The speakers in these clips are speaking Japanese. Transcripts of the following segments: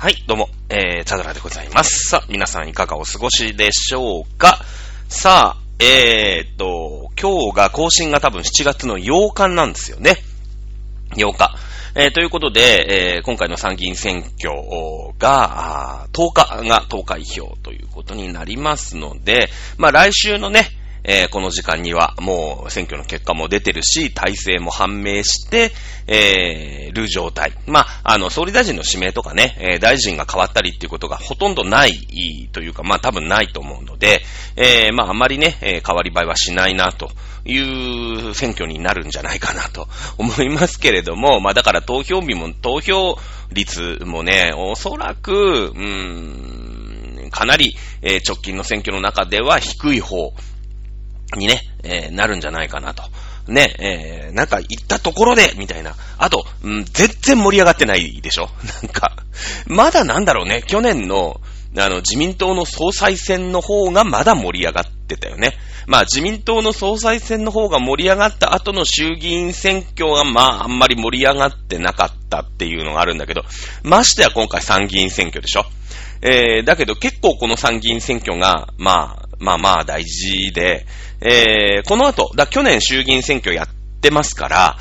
はい、どうも、チャドラでございます。さあ、皆さんいかがお過ごしでしょうか。さあ、今日が更新が多分7月の8日なんですよね。8日。ということで、今回の参議院選挙が、10日が投開票ということになりますので、まあ来週のね、この時間にはもう選挙の結果も出てるし、体制も判明して、る状態。まあ、総理大臣の指名とかね、大臣が変わったりっていうことがほとんどないというか、まあ多分ないと思うので、まああまりね、変わり映えはしないなという選挙になるんじゃないかなと思いますけれども、まあだから投票日も、投票率もね、おそらく、かなり、直近の選挙の中では低い方、にね、なるんじゃないかなと。ね、なんか言ったところで、みたいな。あと、全然盛り上がってないでしょなんか、まだなんだろうね、去年の、自民党の総裁選の方がまだ盛り上がってたよね。まあ、自民党の総裁選の方が盛り上がった後の衆議院選挙が、まあ、あんまり盛り上がってなかったっていうのがあるんだけど、ましてや今回参議院選挙でしょ。だけど結構この参議院選挙が、まあ大事で、この後、去年衆議院選挙やってますから、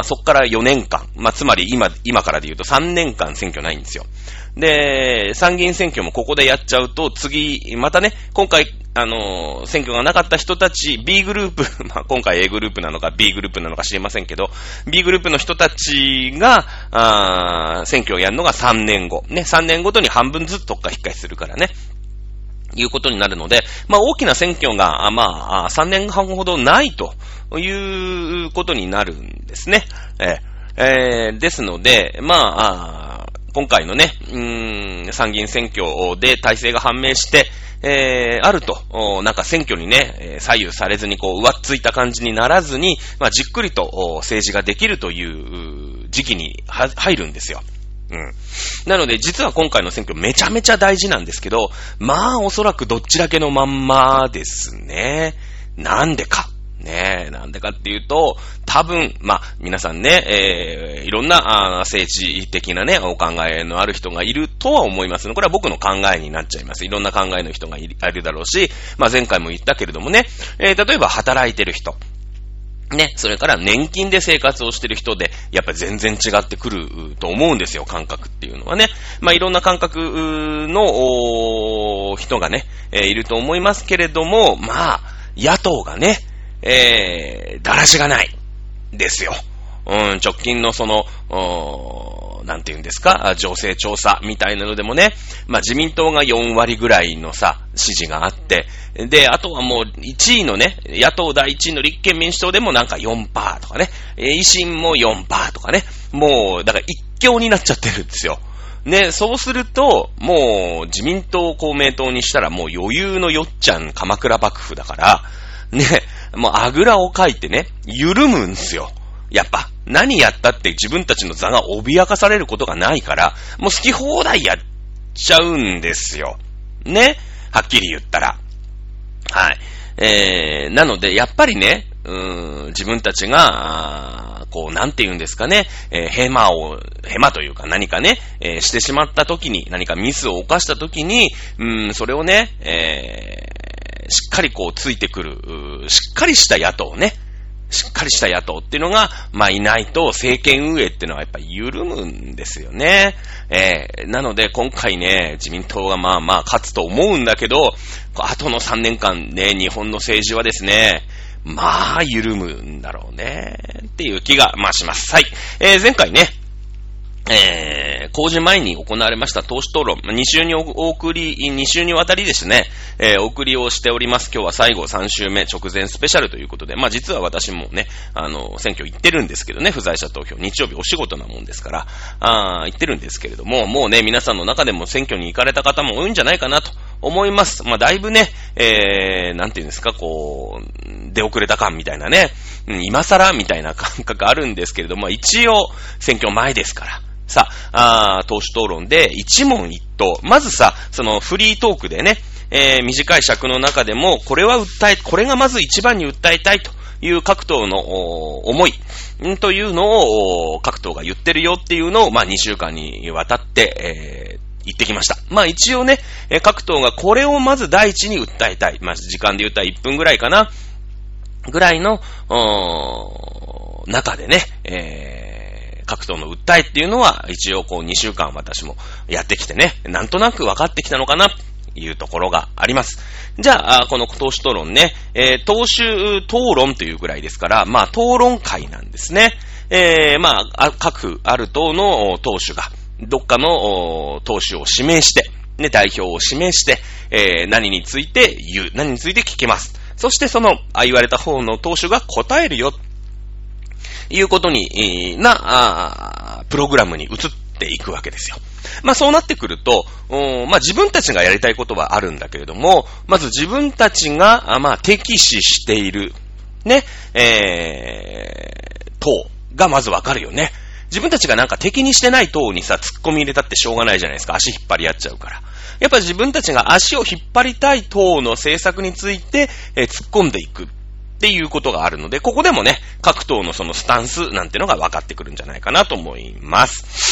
そっから4年間、まあつまり今からで言うと3年間選挙ないんですよ。で、参議院選挙もここでやっちゃうと、次、またね、今回、選挙がなかった人たち、B グループ、まあ、今回 A グループなのか B グループなのか知りませんけど、B グループの人たちが、選挙をやるのが3年後。ね、3年ごとに半分ずつ特化引っかえするからね。いうことになるので、まあ大きな選挙が、まあ3年半ほどないということになるんですね。ですので、まあ、今回のね、参議院選挙で体制が判明して、あると、なんか選挙にね、左右されずにこう、上っついた感じにならずに、まあじっくりと政治ができるという時期に入るんですよ。なので、実は今回の選挙めちゃめちゃ大事なんですけど、まあ、おそらくどっちだけのまんまですね。なんでか。ね、なんでかっていうと、多分、まあ、皆さんね、いろんな政治的なね、お考えのある人がいるとは思います。これは僕の考えになっちゃいます。いろんな考えの人がいるだろうし、まあ、前回も言ったけれどもね、例えば働いてる人。ね、それから年金で生活をしてる人で、やっぱり全然違ってくると思うんですよ、感覚っていうのはね。まあ、いろんな感覚の人がね、いると思いますけれども、まあ、野党がね、だらしがない。ですよ。直近のその、なんて言うんですか、情勢調査みたいなのでもね、まあ自民党が4割ぐらいのさ、支持があって、で、あとはもう1位のね、野党第1位の立憲民主党でもなんか 4% とかね、維新も 4% とかね、もう、だから一強になっちゃってるんですよ。ね、そうすると、もう自民党、公明党にしたらもう余裕のよっちゃん鎌倉幕府だから、ね、もうあぐらをかいてね、緩むんですよ。やっぱ、何やったって自分たちの座が脅かされることがないから、もう好き放題やっちゃうんですよ。ね。はっきり言ったら。はい。なので、やっぱりね、自分たちが、こう、なんて言うんですかね、ヘマというか何かね、してしまった時に、何かミスを犯した時に、それをね、しっかりこうついてくる、しっかりした野党ね、しっかりした野党っていうのが、まあいないと政権運営っていうのはやっぱり緩むんですよね。なので今回ね、自民党がまあまあ勝つと思うんだけど、後の3年間ね、日本の政治はですね、まあ緩むんだろうね、っていう気がまあします。はい。前回ね、公示前に行われました党首討論、2週にわたりですね、お送りをしております。今日は最後3週目直前スペシャルということで、まあ実は私もね、選挙行ってるんですけどね、不在者投票、日曜日お仕事なもんですから、行ってるんですけれども、もうね、皆さんの中でも選挙に行かれた方も多いんじゃないかなと思います。まあだいぶね、なんていうんですか、こう、出遅れた感みたいなね、今更みたいな感覚あるんですけれども、一応選挙前ですから、さあ、党首討論で一問一答。まずさ、そのフリートークでね、短い尺の中でも、これがまず一番に訴えたいという各党の思いというのを各党が言ってるよっていうのを、まあ2週間にわたって、 言ってきました。まあ一応ね、各党がこれをまず第一に訴えたい。まあ時間で言ったら1分ぐらいかな。ぐらいの、中でね、各党の訴えっていうのは一応こう2週間私もやってきてね、なんとなく分かってきたのかなというところがあります。じゃあ、この党首討論ね、党首討論というぐらいですから、まあ討論会なんですね。まあ、各ある党の党首が、どっかの党首を指名して、ね、代表を指名して、何について言う、何について聞きます。そしてその、言われた方の党首が答えるよ、いうことにプログラムに移っていくわけですよ。まあそうなってくると、まあ自分たちがやりたいことはあるんだけれども、まず自分たちが、まあ敵視している、ね、党がまずわかるよね。自分たちがなんか敵にしてない党にさ、突っ込み入れたってしょうがないじゃないですか。足引っ張り合っちゃうから。やっぱり自分たちが足を引っ張りたい党の政策について、突っ込んでいくっていうことがあるので、ここでもね、各党のそのスタンスなんてのが分かってくるんじゃないかなと思います。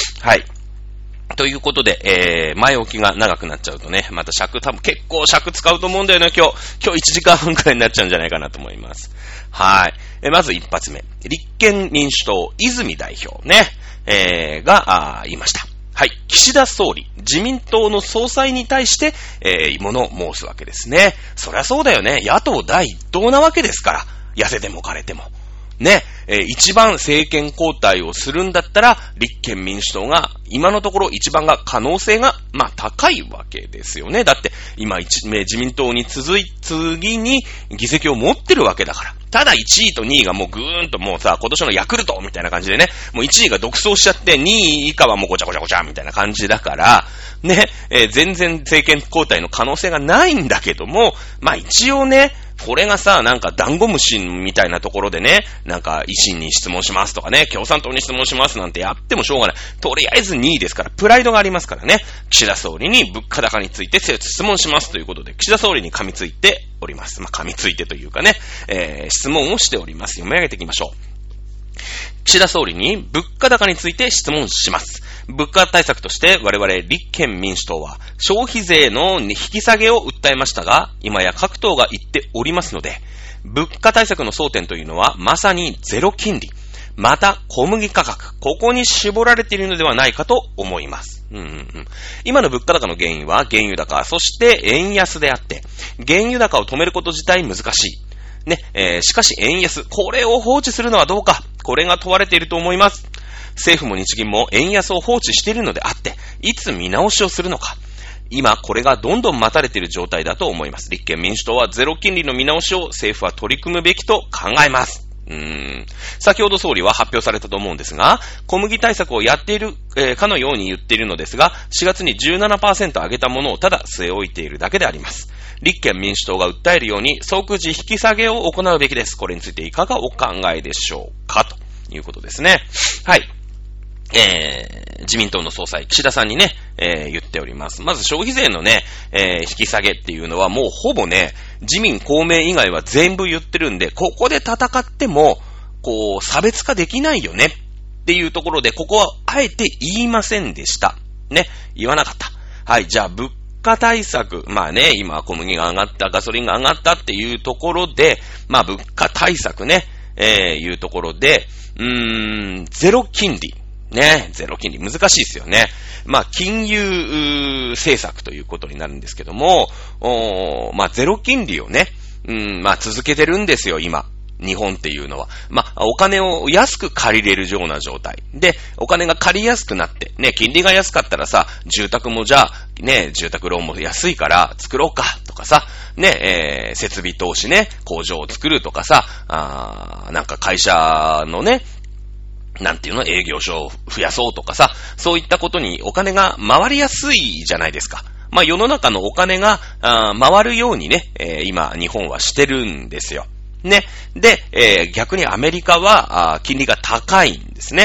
はい。ということで、前置きが長くなっちゃうとね、また多分結構尺使うと思うんだよね、今日1時間半くらいになっちゃうんじゃないかなと思います。はい。まず一発目。立憲民主党、泉代表ね、が言いました。はい。岸田総理、自民党の総裁に対して、物を申すわけですね。そりゃそうだよね。野党第一党なわけですから。痩せても枯れても。ね。一番政権交代をするんだったら、立憲民主党が、今のところ一番が可能性が、まあ、高いわけですよね。だって、今、自民党に次に議席を持ってるわけだから。ただ1位と2位がもうぐーんともうさ、今年のヤクルトみたいな感じでね、もう1位が独走しちゃって、2位以下はもうごちゃごちゃごちゃみたいな感じだから、ね、全然政権交代の可能性がないんだけども、まあ一応ね、これがさ、なんかダンゴムシみたいなところでね、なんか維新に質問しますとかね、共産党に質問しますなんてやってもしょうがない。とりあえず2位ですから、プライドがありますからね、岸田総理に物価高について質問しますということで、岸田総理に噛みついております。まあ、噛みついてというかね、質問をしております。読み上げていきましょう。岸田総理に物価高について質問します。物価対策として我々立憲民主党は消費税の引き下げを訴えましたが、今や各党が言っておりますので、物価対策の争点というのはまさにゼロ金利、また小麦価格、ここに絞られているのではないかと思います。今の物価高の原因は原油高、そして円安であって、原油高を止めること自体難しい。ね、しかし円安、これを放置するのはどうか、これが問われていると思います。政府も日銀も円安を放置しているのであって、いつ見直しをするのか。今、これがどんどん待たれている状態だと思います。立憲民主党はゼロ金利の見直しを政府は取り組むべきと考えます。先ほど総理は発表されたと思うんですが、小麦対策をやっている、かのように言っているのですが、4月に 17% 上げたものをただ据え置いているだけであります。立憲民主党が訴えるように即時引き下げを行うべきです。これについていかがお考えでしょうかということですね。はい。自民党の総裁、岸田さんにね、言っております。まず消費税のね、引き下げっていうのはもうほぼね、自民公明以外は全部言ってるんで、ここで戦っても、こう、差別化できないよねっていうところで、ここはあえて言いませんでした。ね、言わなかった。はい、じゃあ物価対策、まあね、今小麦が上がった、ガソリンが上がったっていうところで、まあ物価対策ね、いうところで、ゼロ金利。ね、ゼロ金利難しいですよね。まあ、金融政策ということになるんですけども、まあ、ゼロ金利をね、まあ、続けてるんですよ、今。日本っていうのは。まあ、お金を安く借りれるような状態。で、お金が借りやすくなって、ね、金利が安かったらさ、住宅もじゃあ、ね、住宅ローンも安いから作ろうか、とかさ、ね、設備投資ね、工場を作るとかさ、なんか会社のね、なんていうの営業所を増やそうとかさ、そういったことにお金が回りやすいじゃないですか。まあ世の中のお金が回るようにね、今日本はしてるんですよ。ね。で、逆にアメリカは金利が高いんですね。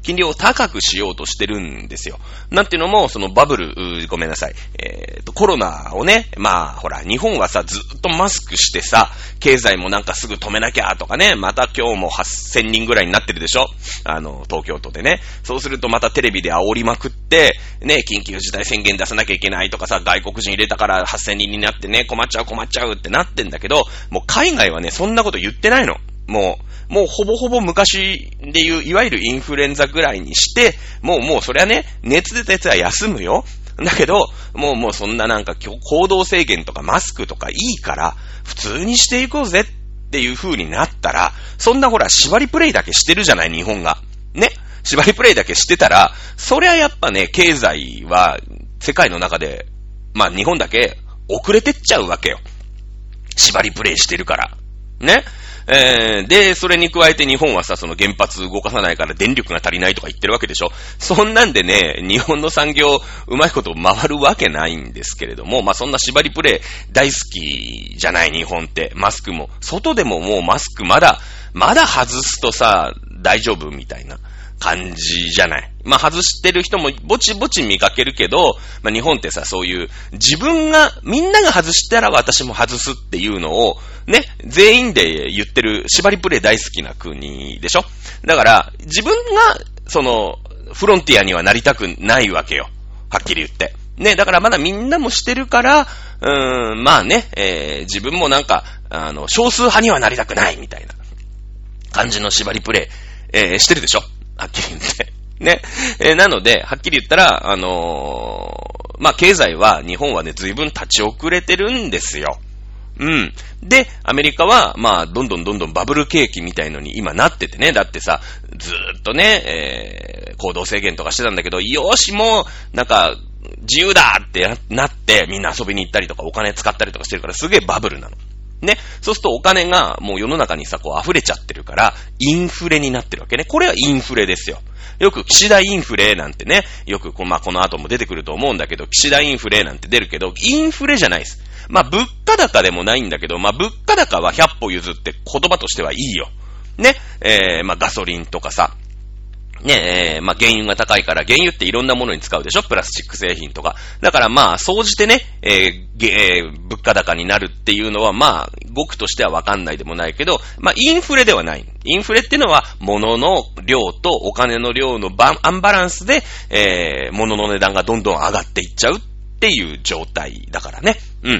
金利を高くしようとしてるんですよ。なんていうのも、そのバブル、ごめんなさい。コロナをね、まあ、ほら、日本はさ、ずっとマスクしてさ、経済もなんかすぐ止めなきゃとかね、また今日も8000人ぐらいになってるでしょ？東京都でね。そうするとまたテレビで煽りまくって、ね、緊急事態宣言出さなきゃいけないとかさ、外国人入れたから8000人になってね、困っちゃうってなってんだけど、もう海外はね、そんなこと言ってないの。もうほぼほぼ昔でいう、いわゆるインフルエンザぐらいにして、もうそりゃね、熱出たやつは休むよ。だけど、もうそんななんか行動制限とかマスクとかいいから、普通にしていこうぜっていう風になったら、そんなほら、縛りプレイだけしてるじゃない、日本が。ね。縛りプレイだけしてたら、そりゃやっぱね、経済は世界の中で、まあ日本だけ遅れてっちゃうわけよ。縛りプレイしてるから。ね。で、それに加えて日本はさ、その原発動かさないから電力が足りないとか言ってるわけでしょ。そんなんでね、日本の産業うまいこと回るわけないんですけれども、まあそんな縛りプレイ大好きじゃない日本って。マスクも。外でももうマスクまだ外すとさ、大丈夫みたいな感じじゃない。まあ外してる人もぼちぼち見かけるけど、まあ日本ってさ、そういうみんなが外したら私も外すっていうのをね、全員で言ってる縛りプレイ大好きな国でしょ。だから自分がそのフロンティアにはなりたくないわけよ。はっきり言って。ね、だからまだみんなもしてるから、まあね、自分もなんか少数派にはなりたくないみたいな感じの縛りプレイ、してるでしょ。はっきり言って。ね。なので、はっきり言ったら、まあ、経済は、日本はね、随分立ち遅れてるんですよ。うん。で、アメリカは、まあ、どんどんバブル景気みたいのに今なっててね。だってさ、ずーっとね、行動制限とかしてたんだけど、よーし、もう、なんか、自由だってなって、みんな遊びに行ったりとか、お金使ったりとかしてるから、すげえバブルなの。ね。そうするとお金がもう世の中にさ、こう溢れちゃってるから、インフレになってるわけね。これはインフレですよ。よく岸田インフレなんてね、よくまあこの後も出てくると思うんだけど、岸田インフレなんて出るけど、インフレじゃないです。まあ物価高でもないんだけど、まあ物価高は100歩譲って言葉としてはいいよ。ね。まあガソリンとかさ、ねまあ、原油が高いから、原油っていろんなものに使うでしょ？プラスチック製品とか。だからまあ、総じてね、物価高になるっていうのはまあ、語句としてはわかんないでもないけど、まあ、インフレではない。インフレっていうのは、物の量とお金の量のアンバランスで、物の値段がどんどん上がっていっちゃうっていう状態だからね。うん。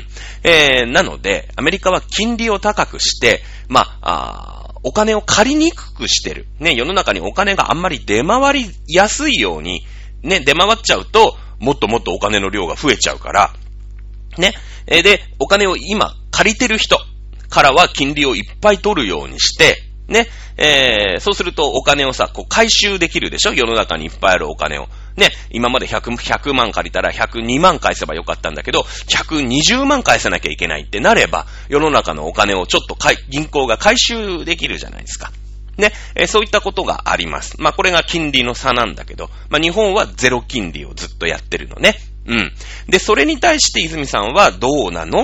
なので、アメリカは金利を高くして、まあ、お金を借りにくくしてる。ね、世の中にお金があんまり出回りやすいように、ね、出回っちゃうと、もっともっとお金の量が増えちゃうから、ね、で、お金を今借りてる人からは金利をいっぱい取るようにして、ね、そうするとお金をさ、こう回収できるでしょ？世の中にいっぱいあるお金を。ね、今まで100万借りたら102万返せばよかったんだけど、120万返さなきゃいけないってなれば、世の中のお金をちょっと銀行が回収できるじゃないですか。ね、そういったことがあります。まあこれが金利の差なんだけど、まあ日本はゼロ金利をずっとやってるのね。うん。で、それに対して泉さんはどうなのって、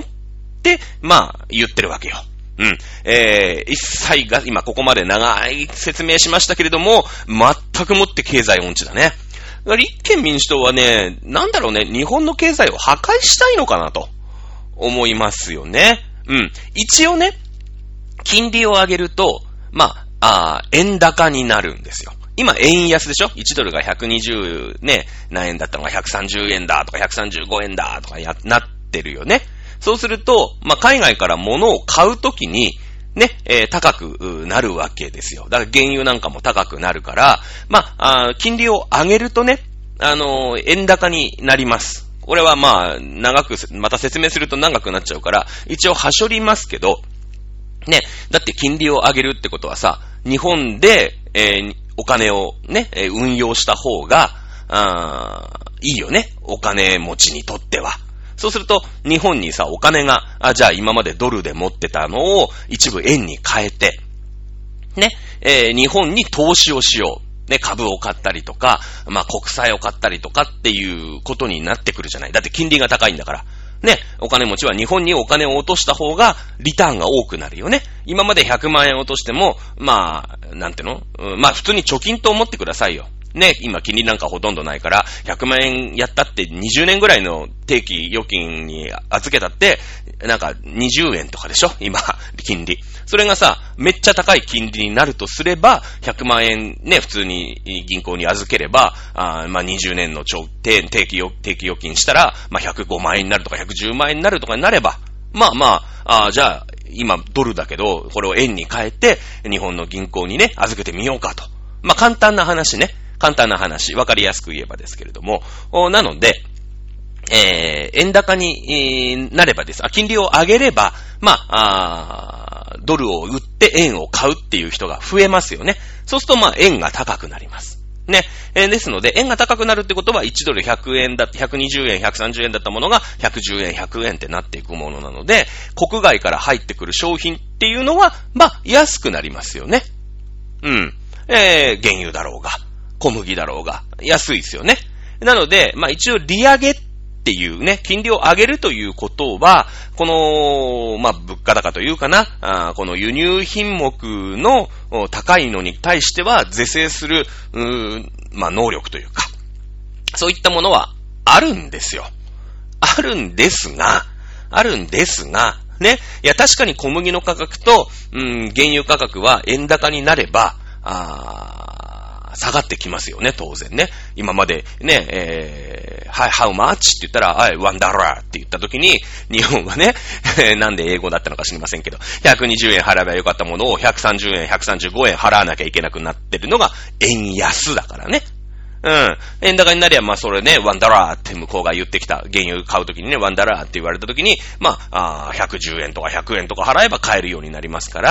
まあ言ってるわけよ。うん。一切が、今ここまで長い説明しましたけれども、全くもって経済音痴だね。立憲民主党はね、なんだろうね、日本の経済を破壊したいのかなと思いますよね。うん。一応ね、金利を上げると、まあ、円高になるんですよ。今、円安でしょ？ 1 ドルが120ね、何円だったのが130円だとか135円だとかなってるよね。そうすると、まあ、海外から物を買うときに、ね、高くなるわけですよ。だから原油なんかも高くなるから、まあ、金利を上げるとね、円高になります。これはまあ、また説明すると長くなっちゃうから、一応はしょりますけど、ね、だって金利を上げるってことはさ、日本で、お金をね、運用した方が、いいよね。お金持ちにとっては。そうすると、日本にさ、お金が、じゃあ今までドルで持ってたのを一部円に変えて、ね、日本に投資をしよう。ね、株を買ったりとか、まあ国債を買ったりとかっていうことになってくるじゃない。だって金利が高いんだから。ね、お金持ちは日本にお金を落とした方がリターンが多くなるよね。今まで100万円落としても、まあ、なんていうの？まあ普通に貯金と思ってくださいよ。 ね、今金利なんかほとんどないから、100万円やったって20年ぐらいの定期預金に預けたって、なんか20円とかでしょ今、金利。それがさ、めっちゃ高い金利になるとすれば、100万円ね、普通に銀行に預ければ、まあ20年の定期預金したら、まあ105万円になるとか110万円になるとかになれば、まあ、じゃあ、今ドルだけど、これを円に変えて、日本の銀行にね、預けてみようかと。まあ簡単な話ね。簡単な話。わかりやすく言えばですけれども。なので、円高になればです。金利を上げれば、まあ、ドルを売って円を買うっていう人が増えますよね。そうすると、まあ、円が高くなります。ね。ですので、円が高くなるってことは、1ドル100円だって、120円、130円だったものが、110円、100円ってなっていくものなので、国外から入ってくる商品っていうのは、まあ、安くなりますよね。うん。原油だろうが、小麦だろうが、安いですよね。なので、まあ、一応、利上げっていうね、金利を上げるということは、この、まあ、物価高というかな、この輸入品目の高いのに対しては是正する、まあ、能力というか、そういったものはあるんですよ。あるんですが、ね。いや、確かに小麦の価格と、原油価格は円高になれば、下がってきますよね、当然ね。今までね、はい、how much? って言ったら、はい、$1 って言った時に、日本はね、なんで英語だったのか知りませんけど、120円払えばよかったものを130円、135円払わなきゃいけなくなってるのが円安だからね。うん。円高になりゃ、まあそれね、$1って向こうが言ってきた。原油買うときにね、$1って言われたときに、まあ、110円とか100円とか払えば買えるようになりますから、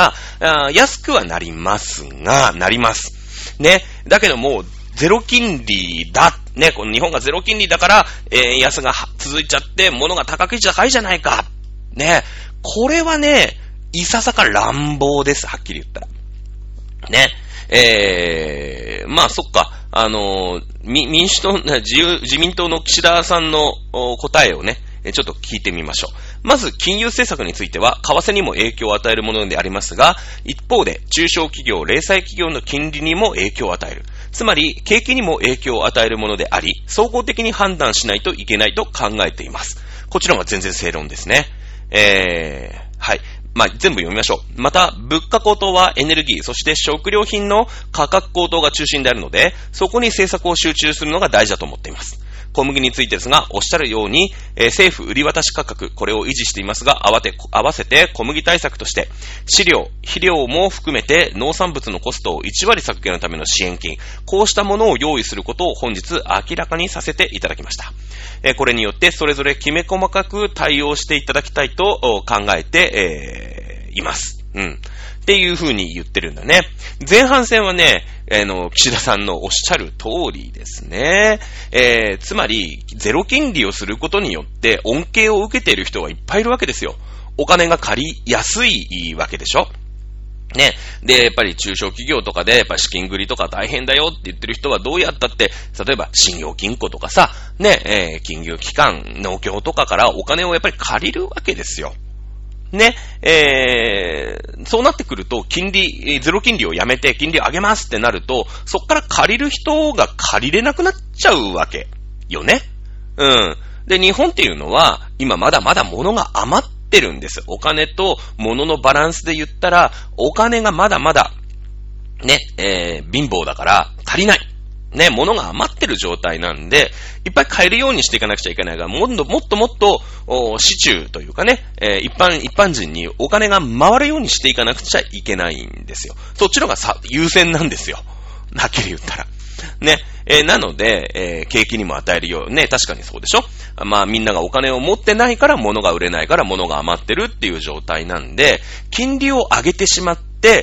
安くはなりますが、なります。ね。だけどもう、ゼロ金利だ。ね。この日本がゼロ金利だから、安が続いちゃって、物が高いじゃないか。ね。これはね、いささか乱暴です。はっきり言ったら。ね。まあ、そっか。民主党、自民党の岸田さんの答えをね、ちょっと聞いてみましょう。まず、金融政策については、為替にも影響を与えるものでありますが、一方で、中小企業、零細企業の金利にも影響を与える。つまり、景気にも影響を与えるものであり、総合的に判断しないといけないと考えています。こちらは全然正論ですね。はい。まあ、全部読みましょう。また、物価高騰はエネルギー、そして食料品の価格高騰が中心であるので、そこに政策を集中するのが大事だと思っています。小麦についてですが、おっしゃるように、政府売り渡し価格、これを維持していますが、合わせて小麦対策として、飼料、肥料も含めて農産物のコストを1割削減のための支援金、こうしたものを用意することを本日明らかにさせていただきました。これによってそれぞれきめ細かく対応していただきたいと考えて、います。うん。っていう風に言ってるんだね。前半戦はね、岸田さんのおっしゃる通りですね。つまり、ゼロ金利をすることによって恩恵を受けている人がいっぱいいるわけですよ。お金が借りやすいわけでしょ。ね。で、やっぱり中小企業とかで、やっぱり資金繰りとか大変だよって言ってる人はどうやったって、例えば信用金庫とかさ、ね、金融機関、農協とかからお金をやっぱり借りるわけですよ。ね、そうなってくると、ゼロ金利をやめて金利を上げますってなると、そっから借りる人が借りれなくなっちゃうわけよね。うん。で、日本っていうのは、今まだまだ物が余ってるんです。お金と物のバランスで言ったら、お金がまだまだ、ね、貧乏だから足りない。ね、物が余ってる状態なんで、いっぱい買えるようにしていかなくちゃいけないが、もっと、市中というかね、一般人にお金が回るようにしていかなくちゃいけないんですよ。そっちのが優先なんですよ。はっきり言ったら。ね、なので、景気にも与えるようね、確かにそうでしょ。まあみんながお金を持ってないから物が売れないから物が余ってるっていう状態なんで、金利を上げてしまって、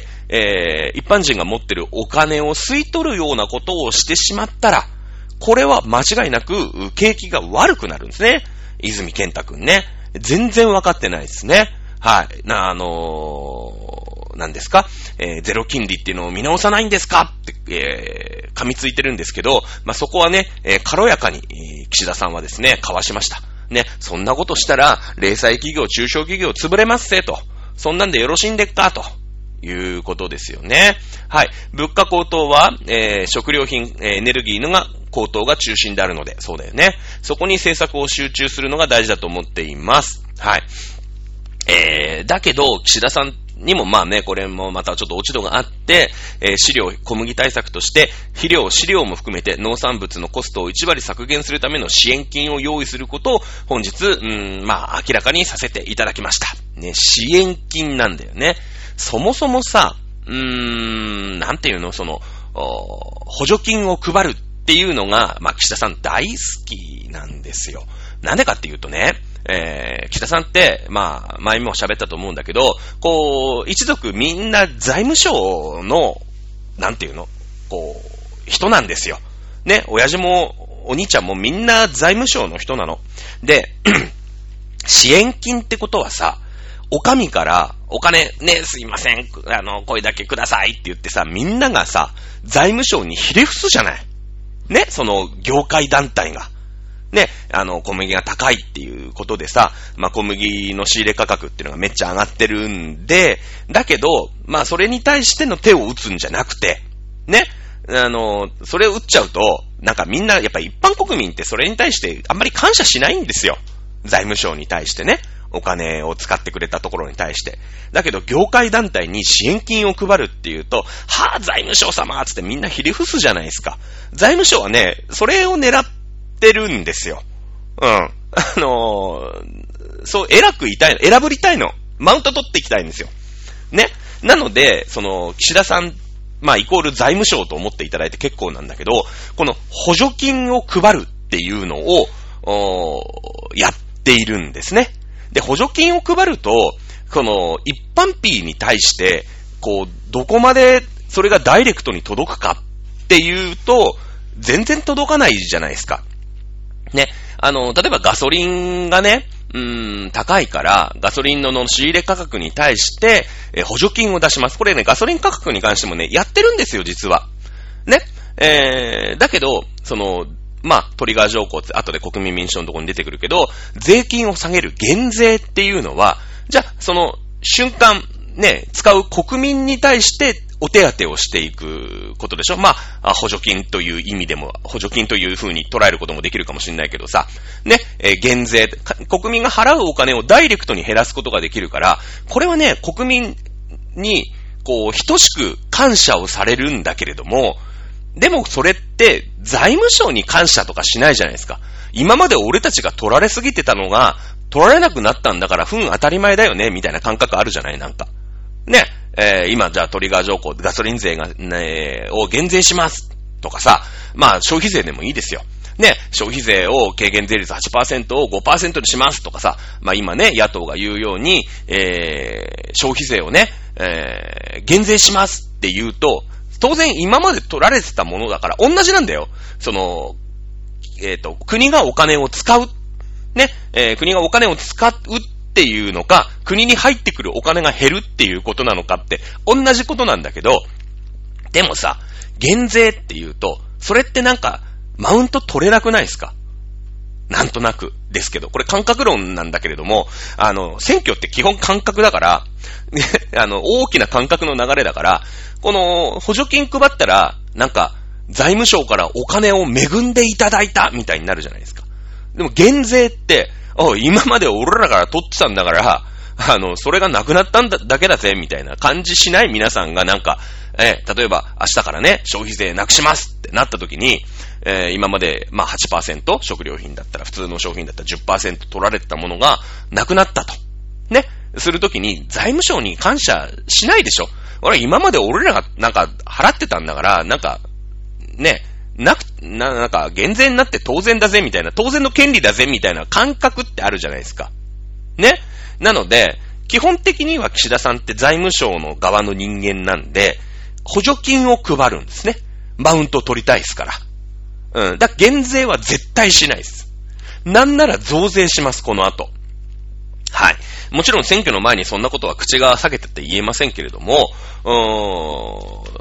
一般人が持ってるお金を吸い取るようなことをしてしまったら、これは間違いなく景気が悪くなるんですね。泉健太くんね。全然分かってないですね。はい。何ですか、ゼロ金利っていうのを見直さないんですかって、噛みついてるんですけど、まあ、そこはね、軽やかに、岸田さんはですね、かわしました。ね、そんなことしたら、零細企業、中小企業潰れますせと。そんなんでよろしいんでっかということですよね。はい。物価高騰は、食料品、エネルギーの高騰が中心であるので、そうだよね。そこに政策を集中するのが大事だと思っています。はい。だけど、岸田さんにもまあね、これもまたちょっと落ち度があって、飼料、小麦対策として、飼料も含めて農産物のコストを1割削減するための支援金を用意することを本日、まあ明らかにさせていただきました。ね、支援金なんだよね。そもそもさ、なんていうの、補助金を配るっていうのが、まあ岸田さん大好きなんですよ。なんでかっていうとね、岸田さんって、まあ、前にも喋ったと思うんだけど、こう、一族みんな財務省の、なんていうの、こう、人なんですよ。ね、親父もお兄ちゃんもみんな財務省の人なの。で、支援金ってことはさ、お上からお金ね、すいません、これだけくださいって言ってさ、みんながさ、財務省にひれ伏すじゃない。ね、その業界団体が。ね、小麦が高いっていうことでさ、まあ、小麦の仕入れ価格っていうのがめっちゃ上がってるんで、だけど、まあ、それに対しての手を打つんじゃなくて、ね、それを打っちゃうと、なんかみんな、やっぱり一般国民ってそれに対してあんまり感謝しないんですよ。財務省に対してね、お金を使ってくれたところに対して。だけど、業界団体に支援金を配るっていうと、はぁ、財務省様つってみんなひれ伏すじゃないですか。財務省はね、それを狙ってるんですよ。うん。そう、偉く言いたいの。偉ぶりたいの。マウント取っていきたいんですよ。ね。なので、岸田さん、まあ、イコール財務省と思っていただいて結構なんだけど、この補助金を配るっていうのを、やっているんですね。で、補助金を配ると、この一般 P に対して、こう、どこまでそれがダイレクトに届くかっていうと、全然届かないじゃないですか。ね。例えばガソリンがね、高いから、ガソリンの仕入れ価格に対して、補助金を出します。これね、ガソリン価格に関してもね、やってるんですよ、実は。ね。だけど、まあ、トリガー条項って後で国民民主党のところに出てくるけど、税金を下げる減税っていうのは、じゃあ、瞬間、ね、使う国民に対してお手当をしていくことでしょ。まあ、補助金という意味でも、補助金という風に捉えることもできるかもしれないけどさ、ね、減税、国民が払うお金をダイレクトに減らすことができるから、これはね、国民に、こう、等しく感謝をされるんだけれども、でもそれって財務省に感謝とかしないじゃないですか。今まで俺たちが取られすぎてたのが取られなくなったんだから当たり前だよねみたいな感覚あるじゃないなんか。ね、今じゃあトリガー条項ガソリン税が、を減税しますとかさ、まあ消費税でもいいですよ。ね、消費税を軽減税率 8% を 5% にしますとかさ、まあ今ね、野党が言うように、消費税をね、減税しますって言うと、当然今まで取られてたものだから同じなんだよ。国がお金を使う。ね、国がお金を使うっていうのか、国に入ってくるお金が減るっていうことなのかって同じことなんだけど、でもさ、減税っていうと、それってなんか、マウント取れなくないですか？なんとなくですけど、これ感覚論なんだけれども、選挙って基本感覚だから、ね、大きな感覚の流れだから、この補助金配ったら、なんか、財務省からお金を恵んでいただいたみたいになるじゃないですか。でも減税って、今まで俺らから取ってたんだから、それがなくなったんだけだぜ、みたいな感じしない皆さんがなんか、例えば明日からね、消費税なくしますってなった時に、今まで、まあ 8% 食料品だったら、普通の商品だったら 10% 取られてたものがなくなったと。ね。するときに財務省に感謝しないでしょ。今まで俺らがなんか払ってたんだから、なんか、ね、なんか減税になって当然だぜみたいな、当然の権利だぜみたいな感覚ってあるじゃないですか。ね。なので、基本的には岸田さんって財務省の側の人間なんで、補助金を配るんですね。マウント取りたいですから。だから減税は絶対しないです。なんなら増税します、この後。はい。もちろん選挙の前にそんなことは口が裂けてて言えませんけれども、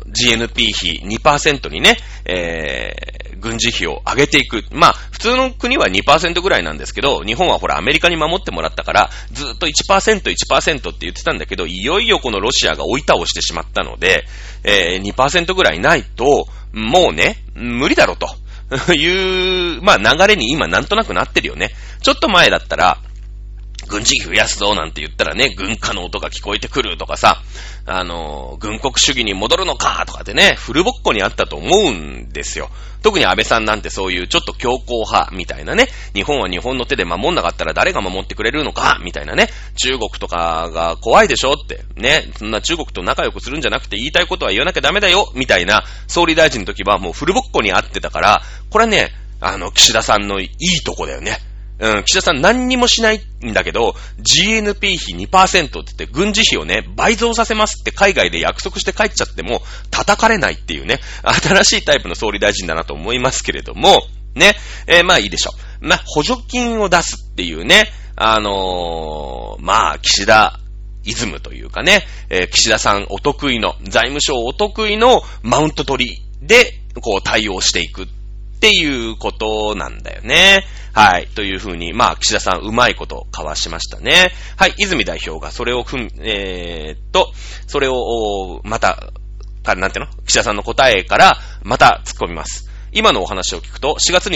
GNP 比 2% にね、軍事費を上げていく。まあ、普通の国は 2% ぐらいなんですけど、日本はほらアメリカに守ってもらったから、ずっと 1% って言ってたんだけど、いよいよこのロシアが追い倒してしまったので、2% ぐらいないと、もうね、無理だろうという、まあ流れに今なんとなくなってるよね。ちょっと前だったら、軍事費増やすぞなんて言ったらね、軍歌の音が聞こえてくるとかさ、軍国主義に戻るのかとかってね、フルボッコにあったと思うんですよ。特に安倍さんなんてそういうちょっと強硬派みたいなね、日本は日本の手で守んなかったら誰が守ってくれるのかみたいなね、中国とかが怖いでしょってね、そんな中国と仲良くするんじゃなくて言いたいことは言わなきゃダメだよみたいな総理大臣の時はもうフルボッコにあってたから、これね、岸田さんのいいとこだよね。岸田さん何にもしないんだけど、GNP 比 2% って言って軍事費をね、倍増させますって海外で約束して帰っちゃっても叩かれないっていうね、新しいタイプの総理大臣だなと思いますけれども、ね、まあいいでしょう。まあ補助金を出すっていうね、まあ岸田イズムというかね、岸田さんお得意の、財務省お得意のマウント取りで、こう対応していくっていうことなんだよね。はい。というふうに、まあ、岸田さんうまいこと交わしましたね。はい。泉代表がそれをそれを、また、なんていうの？岸田さんの答えからまた突っ込みます。今のお話を聞くと、4月に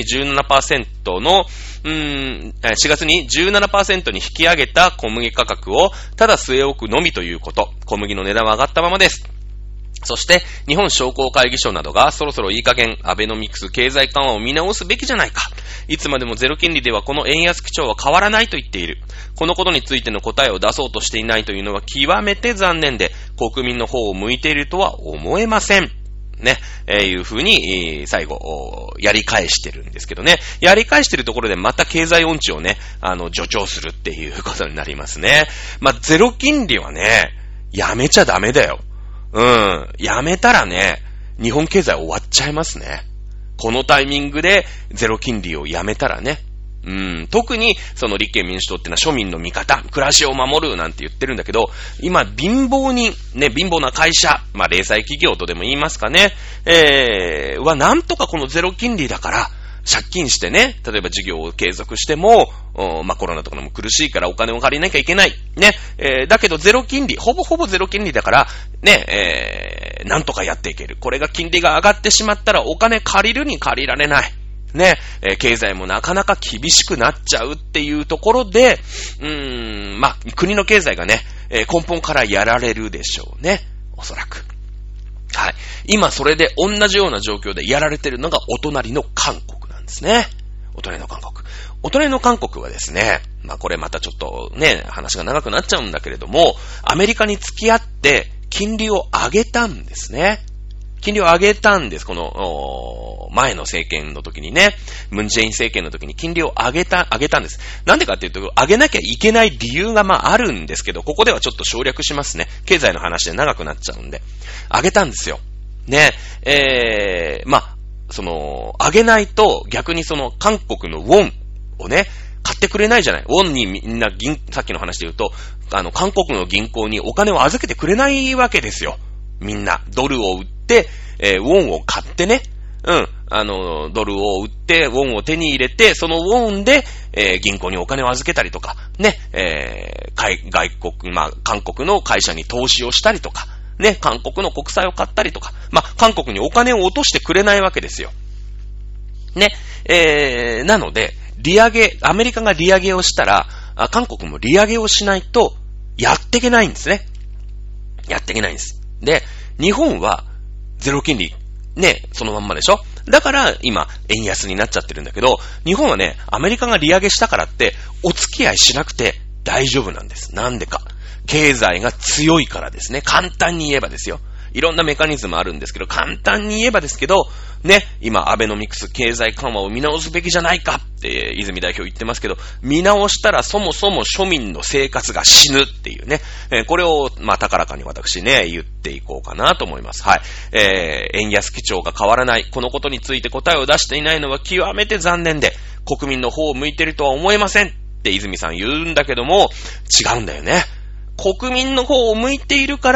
17% の、4月に 17% に引き上げた小麦価格をただ据え置くのみということ。小麦の値段は上がったままです。そして、日本商工会議所などがそろそろいい加減、アベノミクス経済緩和を見直すべきじゃないか。いつまでもゼロ金利ではこの円安基調は変わらないと言っている。このことについての答えを出そうとしていないというのは極めて残念で、国民の方を向いているとは思えません。ね、いうふうに、最後、やり返してるんですけどね。やり返してるところでまた経済音痴をね、助長するっていうことになりますね。まあ、ゼロ金利はね、やめちゃダメだよ。やめたらね、日本経済終わっちゃいますね。このタイミングでゼロ金利をやめたらね。特にその立憲民主党ってのは庶民の味方、暮らしを守るなんて言ってるんだけど、今貧乏な会社、まあ零細企業とでも言いますかね、なんとかこのゼロ金利だから、借金してね、例えば事業を継続しても、まあ、コロナとかも苦しいからお金を借りなきゃいけない。ね。だけどゼロ金利、ほぼゼロ金利だから、ね、なんとかやっていける。これが金利が上がってしまったらお金借りるに借りられない。ね。経済もなかなか厳しくなっちゃうっていうところで、まあ、国の経済がね、根本からやられるでしょうね。おそらく。はい。今それで同じような状況でやられてるのがお隣の韓国。ですね。お隣の韓国。お隣の韓国はですね、まあこれまたちょっとね、話が長くなっちゃうんだけれども、アメリカに付き合って金利を上げたんですね。金利を上げたんです。この、前の政権の時にね、ムンジェイン政権の時に金利を上げたんです。なんでかっていうと、上げなきゃいけない理由がまああるんですけど、ここではちょっと省略しますね。経済の話で長くなっちゃうんで。上げたんですよ。ね、まあ、上げないと逆に韓国のウォンをね、買ってくれないじゃない。ウォンにみんなさっきの話で言うと、韓国の銀行にお金を預けてくれないわけですよ。みんな、ドルを売って、ウォンを買ってね、ドルを売って、ウォンを手に入れて、そのウォンで、銀行にお金を預けたりとか、ね、外国、まあ、韓国の会社に投資をしたりとか、ね、韓国の国債を買ったりとか、まあ、韓国にお金を落としてくれないわけですよ。ね、なので、アメリカが利上げをしたら、韓国も利上げをしないと、やっていけないんですね。やっていけないんです。で、日本は、ゼロ金利、ね、そのまんまでしょ？だから、今、円安になっちゃってるんだけど、日本はね、アメリカが利上げしたからって、お付き合いしなくて大丈夫なんです。なんでか。経済が強いからですね。簡単に言えばですよ。いろんなメカニズムあるんですけど、簡単に言えばですけど、ね、今、アベノミクス経済緩和を見直すべきじゃないかって、泉代表言ってますけど、見直したらそもそも庶民の生活が死ぬっていうね。これを、まあ、高らかに私ね、言っていこうかなと思います。はい。円安基調が変わらない。このことについて答えを出していないのは極めて残念で、国民の方を向いているとは思えませんって泉さん言うんだけども、違うんだよね。国民の方を向いているから、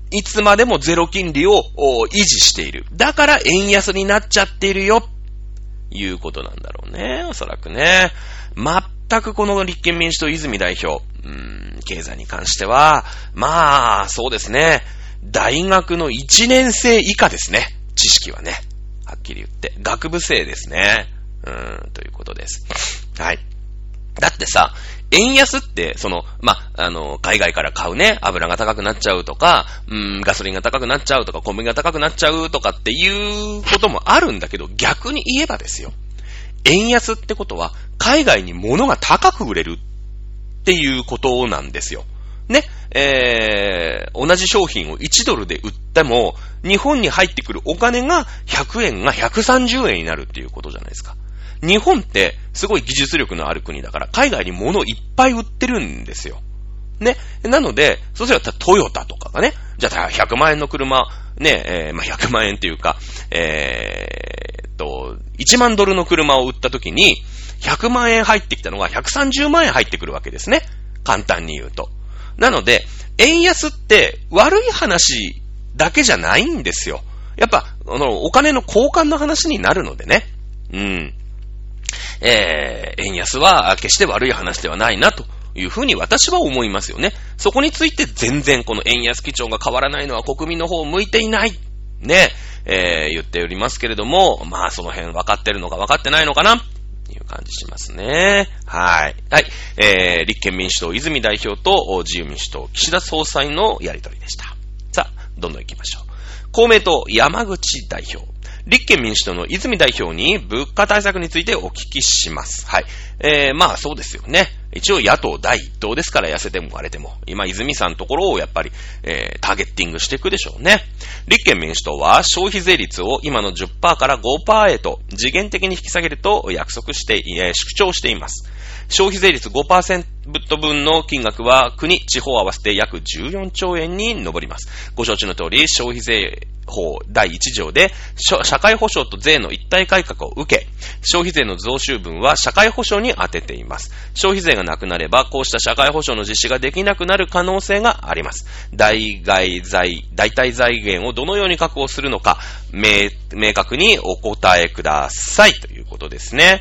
いつまでもゼロ金利を維持している。だから円安になっちゃっているよ。いうことなんだろうね。おそらくね。全くこの立憲民主党泉代表、経済に関しては、まあ、そうですね。大学の1年生以下ですね。知識はね。はっきり言って。学部生ですね。ということです。はい。だってさ、円安って、海外から買うね、油が高くなっちゃうとか、ガソリンが高くなっちゃうとか、小麦が高くなっちゃうとかっていうこともあるんだけど、逆に言えばですよ。円安ってことは、海外に物が高く売れるっていうことなんですよ。ね。同じ商品を1ドルで売っても、日本に入ってくるお金が100円が130円になるっていうことじゃないですか。日本ってすごい技術力のある国だから海外に物をいっぱい売ってるんですよ。ね。なので、そうすればトヨタとかがね、じゃあ100万円の車、ね、100万円っていうか、1万ドルの車を売った時に、100万円入ってきたのが130万円入ってくるわけですね。簡単に言うと。なので、円安って悪い話だけじゃないんですよ。やっぱ、お金の交換の話になるのでね。円安は決して悪い話ではないなというふうに私は思いますよね。そこについて全然この円安基調が変わらないのは国民の方を向いていない。ね。言っておりますけれども、まあその辺分かってるのか分かってないのかなという感じしますね。はい。はい。立憲民主党泉代表と自由民主党岸田総裁のやりとりでした。さあ、どんどん行きましょう。公明党山口代表。立憲民主党の泉代表に物価対策についてお聞きします。はい。まあそうですよね。一応野党第一党ですから痩せても割れても。今泉さんのところをやっぱり、ターゲッティングしていくでしょうね。立憲民主党は消費税率を今の 10% から 5% へと次元的に引き下げると約束して、主張しています。消費税率 5% 分の金額は国、地方合わせて約14兆円に上ります。ご承知の通り消費税法第1条で社会保障と税の一体改革を受け、消費税の増収分は社会保障に充てています。消費税がなくなればこうした社会保障の実施ができなくなる可能性があります。代替財源をどのように確保するのか明確にお答えくださいということですね。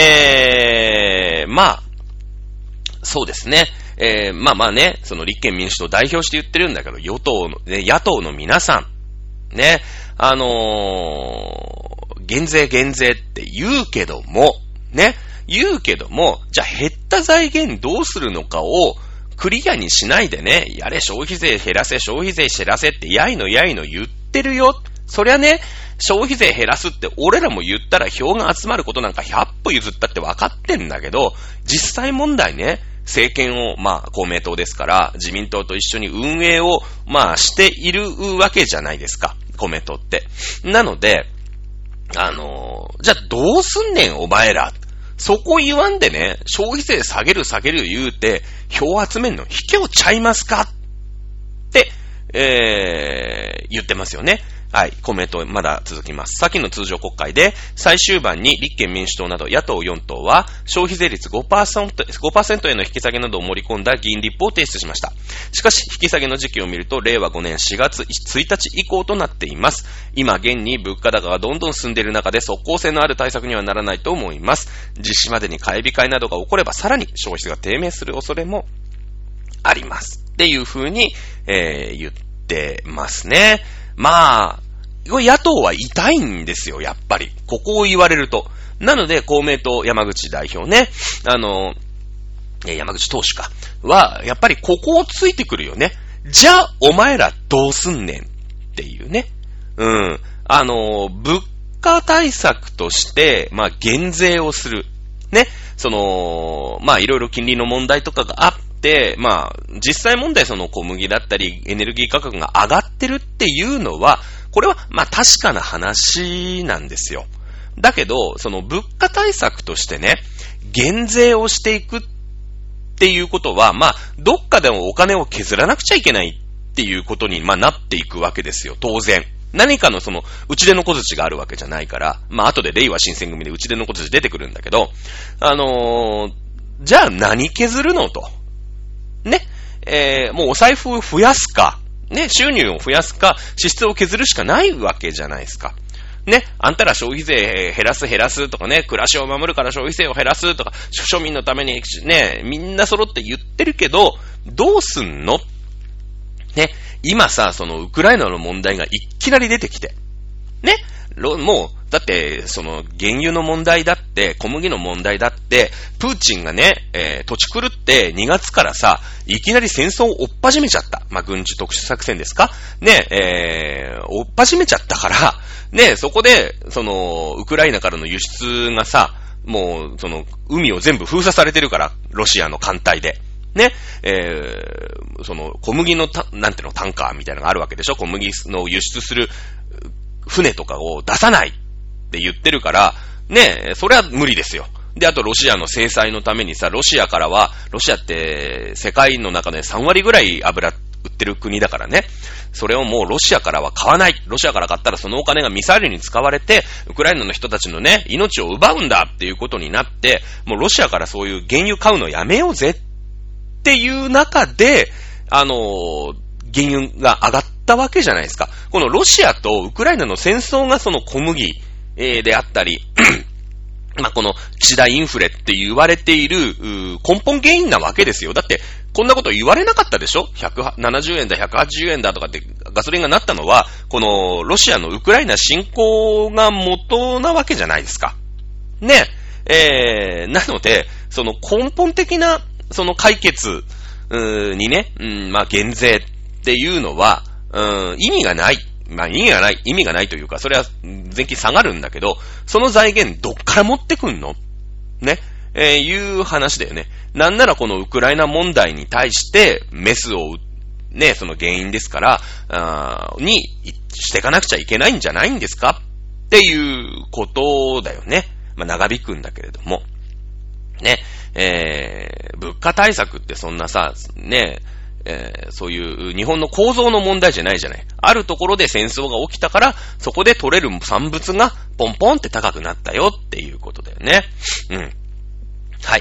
まあそうですね。まあね、その立憲民主党を代表して言ってるんだけど、野党の皆さんね、減税って言うけども、じゃあ減った財源どうするのかをクリアにしないでね、やれ消費税減らせってやいの言ってるよ。そりゃね、消費税減らすって俺らも言ったら票が集まることなんか100歩譲ったって分かってんだけど、実際問題ね、政権を、公明党ですから、自民党と一緒に運営を、しているわけじゃないですか、公明党って。なので、じゃあどうすんねん、お前ら。そこ言わんでね、消費税下げる言うて、票集めんの卑怯ちゃいますかって、言ってますよね。はい、コメントまだ続きます。先の通常国会で最終盤に立憲民主党など野党4党は消費税率 5% への引き下げなどを盛り込んだ議員立法を提出しました。しかし引き下げの時期を見ると令和5年4月1日以降となっています。今現に物価高がどんどん進んでいる中で即効性のある対策にはならないと思います。実施までに買い控えなどが起こればさらに消費が低迷する恐れもあります。っていう風に、言ってますね。野党は痛いんですよ、やっぱり。ここを言われると。なので、公明党山口代表ね、山口党首か、は、やっぱりここをついてくるよね。じゃあ、お前らどうすんねんっていうね。物価対策として、減税をする。ね。いろいろ金利の問題とかがあって、実際問題小麦だったりエネルギー価格が上がってるっていうのは、これは確かな話なんですよ。だけど、物価対策としてね、減税をしていくっていうことは、どっかでもお金を削らなくちゃいけないっていうことになっていくわけですよ、当然。何かの内出の小槌があるわけじゃないから、後で令和新選組で内出の小槌出てくるんだけど、じゃあ何削るのと。ね。もうお財布を増やすか、 ね、収入を増やすか、支出を削るしかないわけじゃないですか。ね、あんたら消費税減らすとかね、暮らしを守るから消費税を減らすとか、庶民のためにね、みんな揃って言ってるけど、どうすんの？ね、今さ、そのウクライナの問題がいきなり出てきて、ね、もう、だって、その原油の問題だって、小麦の問題だって、プーチンがね、土地狂って2月からさ、いきなり戦争を追っ始めちゃった。まあ、軍事特殊作戦ですかね、追っ始めちゃったから、ね、そこで、その、ウクライナからの輸出がさ、もう、その、海を全部封鎖されてるから、ロシアの艦隊で。ね、その、小麦のなんていうの、タンカーみたいなのがあるわけでしょ？小麦の輸出する船とかを出さないって言ってるから、ね、それは無理ですよ。で、あとロシアの制裁のためにさ、ロシアって世界の中で3割ぐらい油売ってる国だからね。それをもうロシアからは買わない。ロシアから買ったらそのお金がミサイルに使われて、ウクライナの人たちのね、命を奪うんだっていうことになって、もうロシアからそういう原油買うのやめようぜっていう中で、原油が上がったわけじゃないですか。このロシアとウクライナの戦争がその小麦、であったり、まあ、この次大インフレって言われている根本原因なわけですよ。だって、こんなこと言われなかったでしょ？ 170 円だ、180円だとかってガソリンがなったのは、このロシアのウクライナ侵攻が元なわけじゃないですか。ね。なので、その根本的な、その解決にね、まあ、減税っていうのは、意味がない。まあ、意味がないというか、それは税金下がるんだけど、その財源どっから持ってくんの？ね。いう話だよね。なんならこのウクライナ問題に対してメスをね、その原因ですから、にしていかなくちゃいけないんじゃないんですかっていうことだよね。まあ、長引くんだけれども。ね。物価対策ってそんなさ、ね、そういう日本の構造の問題じゃないじゃない。あるところで戦争が起きたから、そこで取れる産物がポンポンって高くなったよっていうことだよね。うん。はい。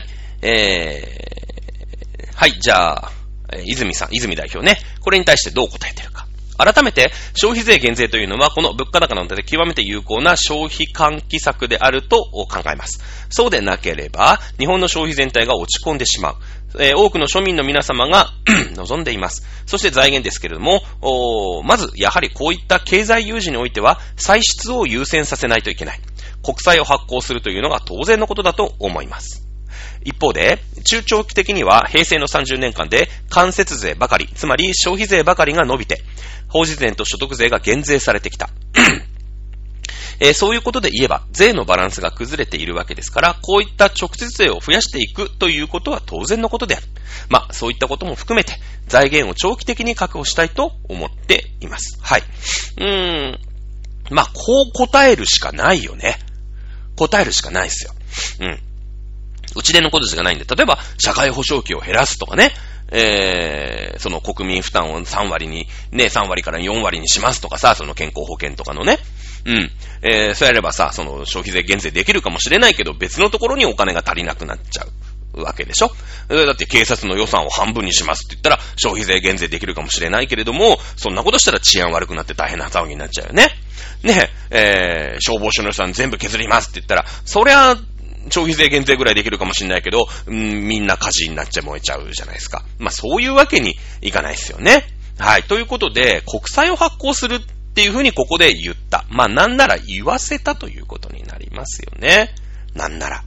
はい、じゃあ、泉代表ね。これに対してどう答えてるか。改めて、消費税減税というのは、この物価高なので極めて有効な消費喚起策であると考えます。そうでなければ、日本の消費全体が落ち込んでしまう。多くの庶民の皆様が望んでいます。そして財源ですけれども、まず、やはりこういった経済有事においては、歳出を優先させないといけない。国債を発行するというのが当然のことだと思います。一方で、中長期的には平成の30年間で間接税ばかり、つまり消費税ばかりが伸びて、法人税と所得税が減税されてきた。そういうことで言えば、税のバランスが崩れているわけですから、こういった直接税を増やしていくということは当然のことである。まあ、そういったことも含めて、財源を長期的に確保したいと思っています。はい。まあ、こう答えるしかないよね。答えるしかないですよ。うちでのことしかないんで、例えば、社会保障費を減らすとかね、その国民負担を3割に、ね、3割から4割にしますとかさ、その健康保険とかのね。そうやればさ、その消費税減税できるかもしれないけど、別のところにお金が足りなくなっちゃうわけでしょ。だって警察の予算を半分にしますって言ったら、消費税減税できるかもしれないけれども、そんなことしたら治安悪くなって大変な騒ぎになっちゃうよね。ね、消防署の予算全部削りますって言ったら、そりゃ、消費税減税ぐらいできるかもしれないけど、みんな火事になっちゃ燃えちゃうじゃないですか。まあそういうわけにいかないですよね。はい。ということで、国債を発行するっていうふうにここで言った。まあなんなら言わせたということになりますよね。なんなら。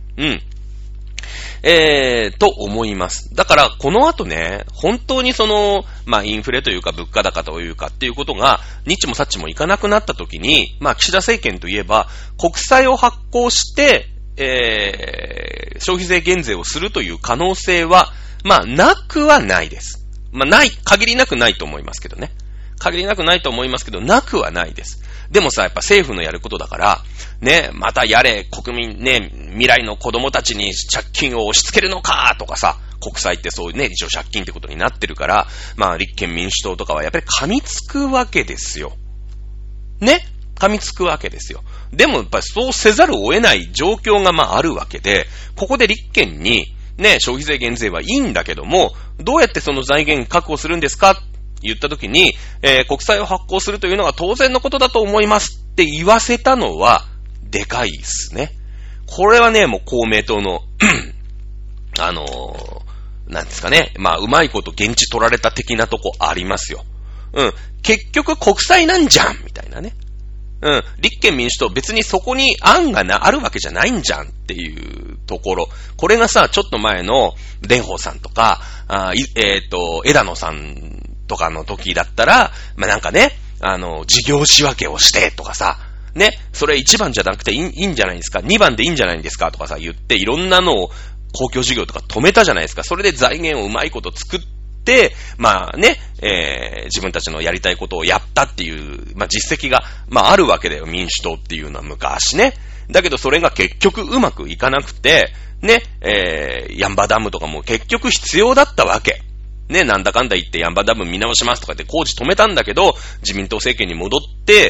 と思います。だからこの後ね、本当にその、まあインフレというか物価高というかっていうことが、ニッチもサッチもいかなくなった時に、まあ岸田政権といえば、国債を発行して、消費税減税をするという可能性は、まあ、なくはないです。まあ、限りなくないと思いますけどね。限りなくないと思いますけど、なくはないです。でもさ、やっぱ政府のやることだから、ね、またやれ、国民ね、未来の子供たちに借金を押し付けるのか、とかさ、国債ってそういうね、一応借金ってことになってるから、まあ、立憲民主党とかはやっぱり噛みつくわけですよ。ね？噛みつくわけですよ。でもやっぱりそうせざるを得ない状況がまああるわけで、ここで立憲にね、消費税減税はいいんだけども、どうやってその財源確保するんですか？ 言った時に、国債を発行するというのが当然のことだと思いますって言わせたのは、でかいですね。これはね、もう公明党の、なんですかね。まあ、うまいこと現地取られた的なとこありますよ。うん。結局国債なんじゃんみたいなね。うん。立憲民主党別にそこに案があるわけじゃないんじゃんっていうところ。これがさ、ちょっと前の蓮舫さんとか、枝野さんとかの時だったら、まあ、なんかね、事業仕分けをしてとかさ、ね、それ1番じゃなくていいんじゃないですか、2番でいいんじゃないんですかとかさ、言っていろんなのを公共事業とか止めたじゃないですか。それで財源をうまいこと作って、まあね、自分たちのやりたいことをやったっていう、まあ実績が、まああるわけだよ、民主党っていうのは昔ね。だけどそれが結局うまくいかなくて、ね、ヤンバダムとかも結局必要だったわけ。ね、なんだかんだ言ってヤンバダム見直しますとかって工事止めたんだけど、自民党政権に戻って、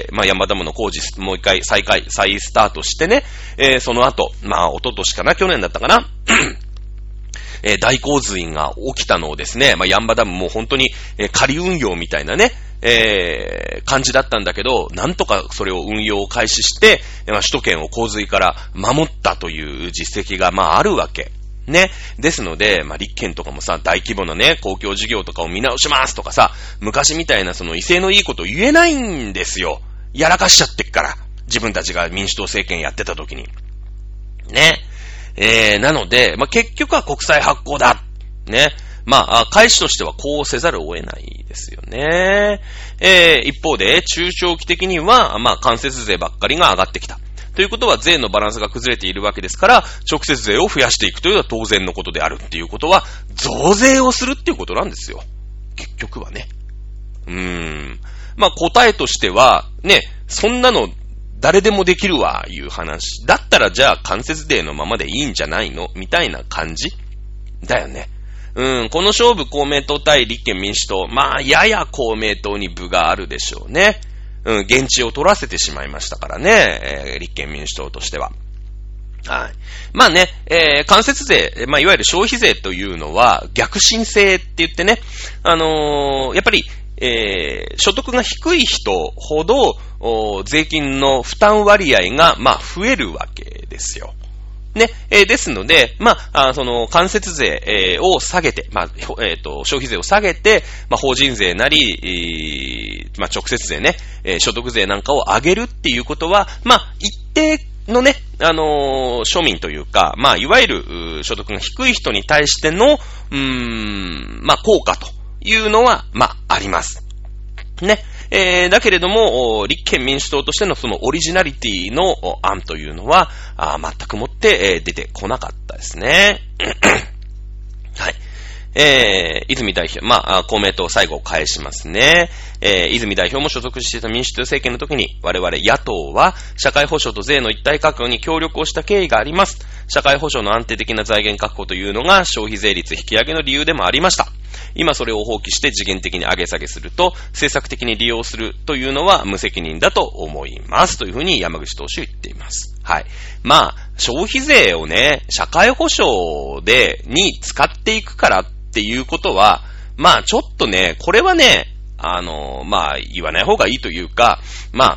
まあヤンバダムの工事もう一回再スタートしてね、その後、まあ一昨年かな、去年だったかな、大洪水が起きたのをですね、まあヤンバダムも本当に、仮運用みたいなね、感じだったんだけど、なんとかそれを運用を開始して、まあ首都圏を洪水から守ったという実績がまああるわけ。ね。ですので、まあ、立憲とかもさ、大規模なね、公共事業とかを見直しますとかさ、昔みたいなその威勢のいいこと言えないんですよ。やらかしちゃってっから。自分たちが民主党政権やってた時に。ね。なので、まあ、結局は国債発行だ。ね。まあ、開始としてはこうせざるを得ないですよね。一方で、中長期的には、まあ、間接税ばっかりが上がってきた。ということは税のバランスが崩れているわけですから、直接税を増やしていくというのは当然のことであるっていうことは、増税をするっていうことなんですよ。結局はね。まあ答えとしては、ね、そんなの誰でもできるわ、いう話。だったらじゃあ間接税のままでいいんじゃないのみたいな感じだよね。この勝負公明党対立憲民主党、まあやや公明党に分があるでしょうね。現地を取らせてしまいましたからね、立憲民主党としては。はい。まあね、間接税、まあいわゆる消費税というのは逆進性って言ってね、やっぱり、所得が低い人ほど税金の負担割合がまあ増えるわけですよ。ね、ですので、まあ、その、間接税、を下げて、まあ、消費税を下げて、まあ、法人税なり、まあ、直接税ね、所得税なんかを上げるっていうことは、まあ、一定のね、庶民というか、まあ、いわゆる、所得が低い人に対しての、まあ、効果というのは、まあ、あります。ね。だけれども、立憲民主党としてのそのオリジナリティの案というのは、全くもって、出てこなかったですね。はい。泉代表、まあ、公明党最後を返しますね。泉代表も所属していた民主党政権の時に、我々野党は社会保障と税の一体確保に協力をした経緯があります。社会保障の安定的な財源確保というのが消費税率引き上げの理由でもありました。今それを放棄して次元的に上げ下げすると、政策的に利用するというのは無責任だと思います。というふうに山口党首言っています。はい。まあ、消費税をね、社会保障に使っていくからっていうことは、まあちょっとね、これはね、まあ言わない方がいいというか、まあ、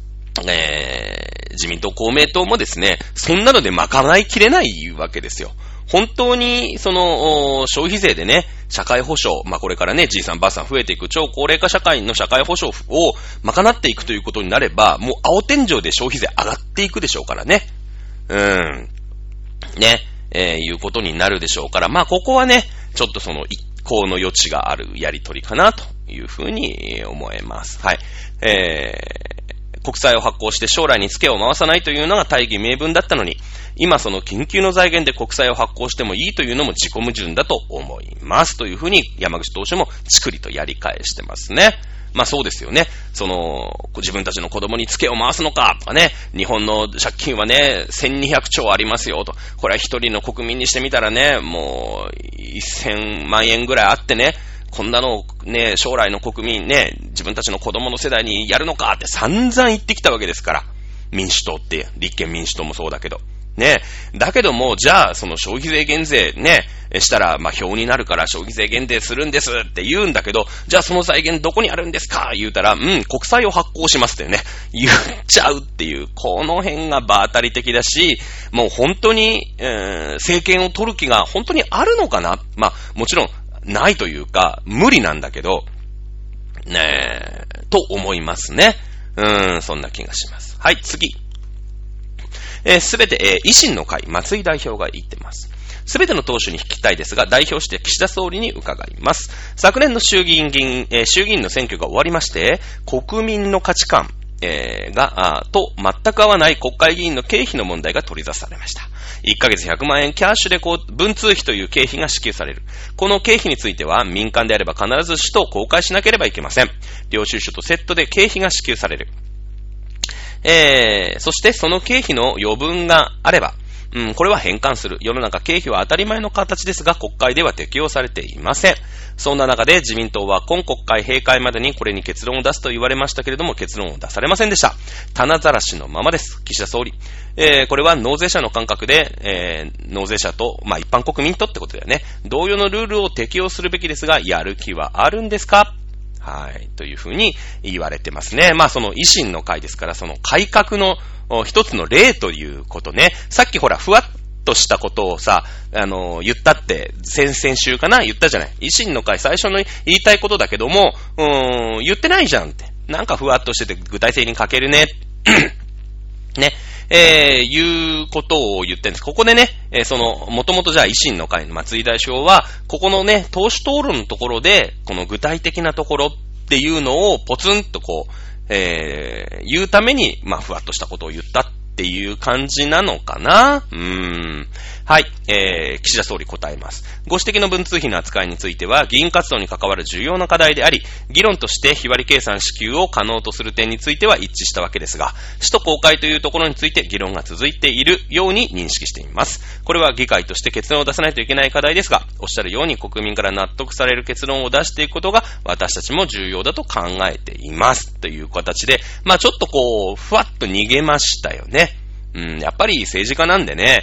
自民党公明党もですね、そんなので賄いきれないわけですよ。本当に、その、消費税でね、社会保障、まあ、これからね、じいさんばあさん増えていく超高齢化社会の社会保障を賄っていくということになれば、もう青天井で消費税上がっていくでしょうからね。ね、いうことになるでしょうから、まあ、ここはね、ちょっとその一向の余地があるやりとりかなというふうに思えます。はい。国債を発行して将来にツケを回さないというのが大義名分だったのに、今その緊急の財源で国債を発行してもいいというのも自己矛盾だと思いますというふうに山口党首もチクリとやり返してますね。まあそうですよね。その自分たちの子供にツケを回すのかとかね、日本の借金はね1200兆ありますよと、これは一人の国民にしてみたらね、もう1000万円ぐらいあってね、こんなのね、将来の国民ね、自分たちの子供の世代にやるのかって散々言ってきたわけですから。民主党って、立憲民主党もそうだけど。 ね。だけども、じゃあ、その消費税減税ね、したら、まあ、票になるから消費税減税するんですって言うんだけど、じゃあその財源どこにあるんですか言うたら、国債を発行しますってね、言っちゃうっていう、この辺が場当たり的だし、もう本当に、政権を取る気が本当にあるのかな？まあ、もちろん、ないというか、無理なんだけど、ねえ、と思いますね。そんな気がします。はい、次。すべて、維新の会、松井代表が言ってます。すべての党首に聞きたいですが、代表して岸田総理に伺います。昨年の衆議院の選挙が終わりまして、国民の価値観、と全く合わない国会議員の経費の問題が取り出されました。1ヶ月100万円キャッシュで文通費という経費が支給される。この経費については民間であれば必ず使途を公開しなければいけません。領収書とセットで経費が支給される。そしてその経費の余分があれば、これは返還する。世の中経費は当たり前の形ですが、国会では適用されていません。そんな中で自民党は今国会閉会までにこれに結論を出すと言われましたけれども、結論を出されませんでした。棚ざらしのままです。岸田総理。これは納税者の感覚で、納税者と、一般国民とってことだよね。同様のルールを適用するべきですが、やる気はあるんですか？はい。というふうに言われてますね。その維新の会ですから、その改革の一つの例ということね。さっきほら、ふわっとしたことをさ、言ったって、先々週かな言ったじゃない。維新の会最初の言いたいことだけども、言ってないじゃんって。なんかふわっとしてて具体的に書けるね。ね。いうことを言ってるんです。ここでね、もともとじゃあ維新の会の松井代表は、ここのね、党首討論のところで、この具体的なところっていうのをポツンとこう、言うために、ふわっとしたことを言ったっていう感じなのかな？はい、岸田総理答えます。ご指摘の文通費の扱いについては、議員活動に関わる重要な課題であり、議論として日割り計算支給を可能とする点については一致したわけですが、使途公開というところについて議論が続いているように認識しています。これは議会として結論を出さないといけない課題ですが、おっしゃるように国民から納得される結論を出していくことが私たちも重要だと考えています。という形で、ちょっとこう、ふわっと逃げましたよね。やっぱり政治家なんでね、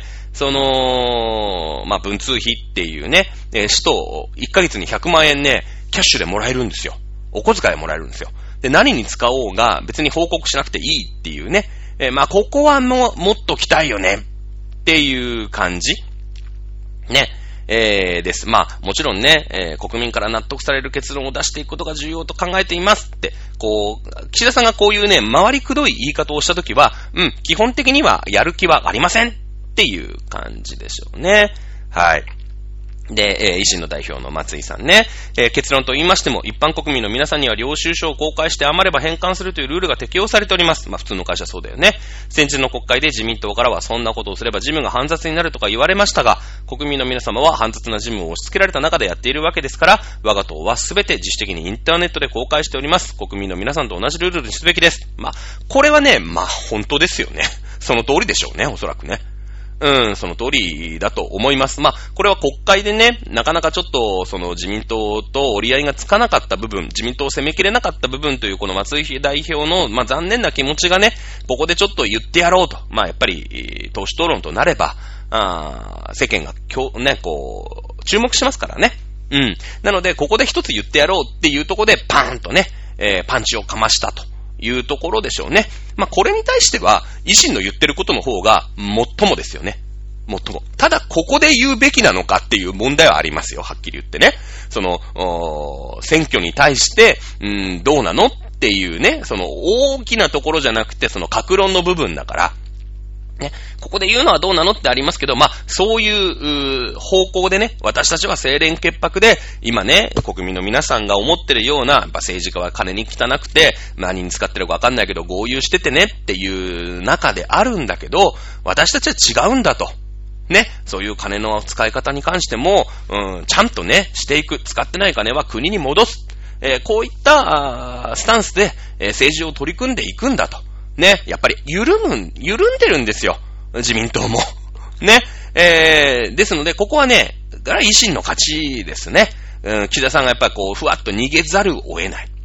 文通費っていうね、使途1ヶ月に100万円ね、キャッシュでもらえるんですよ。お小遣いもらえるんですよ。で、何に使おうが別に報告しなくていいっていうね。ここはもっと来たいよねっていう感じ。ね。です。もちろんね、国民から納得される結論を出していくことが重要と考えていますって、岸田さんがこういうね、回りくどい言い方をしたときは、基本的にはやる気はありませんっていう感じでしょうね。はい。で、維新の代表の松井さんね、結論と言いましても、一般国民の皆さんには領収書を公開して余れば返還するというルールが適用されております。普通の会社そうだよね。先日の国会で自民党からはそんなことをすれば事務が煩雑になるとか言われましたが、国民の皆様は煩雑な事務を押し付けられた中でやっているわけですから、我が党はすべて自主的にインターネットで公開しております。国民の皆さんと同じルールにすべきです。これはね、本当ですよね。その通りでしょうね、おそらくね。その通りだと思います。これは国会でね、なかなかちょっと、自民党と折り合いがつかなかった部分、自民党を攻めきれなかった部分というこの松井代表の、残念な気持ちがね、ここでちょっと言ってやろうと。やっぱり、党首討論となれば、世間が注目しますからね。なので、ここで一つ言ってやろうっていうところで、パーンとね、パンチをかましたと。いうところでしょうね。これに対しては、維新の言ってることの方が、最もですよね。最も。ただ、ここで言うべきなのかっていう問題はありますよ。はっきり言ってね。選挙に対して、どうなのっていうね、大きなところじゃなくて、各論の部分だから、ね、ここで言うのはどうなのってありますけど、そういう方向でね、私たちは清廉潔白で、今ね、国民の皆さんが思ってるような、政治家は金に汚くて、何に使ってるかわかんないけど、豪遊しててねっていう中であるんだけど、私たちは違うんだと。ね、そういう金の使い方に関しても、ちゃんとね、していく。使ってない金は国に戻す。こういったスタンスで、政治を取り組んでいくんだと。ね、やっぱり緩んでるんですよ。自民党も。ね。ですので、ここはね、維新の勝ちですね。岸田さんがやっぱりふわっと逃げざるを得ない。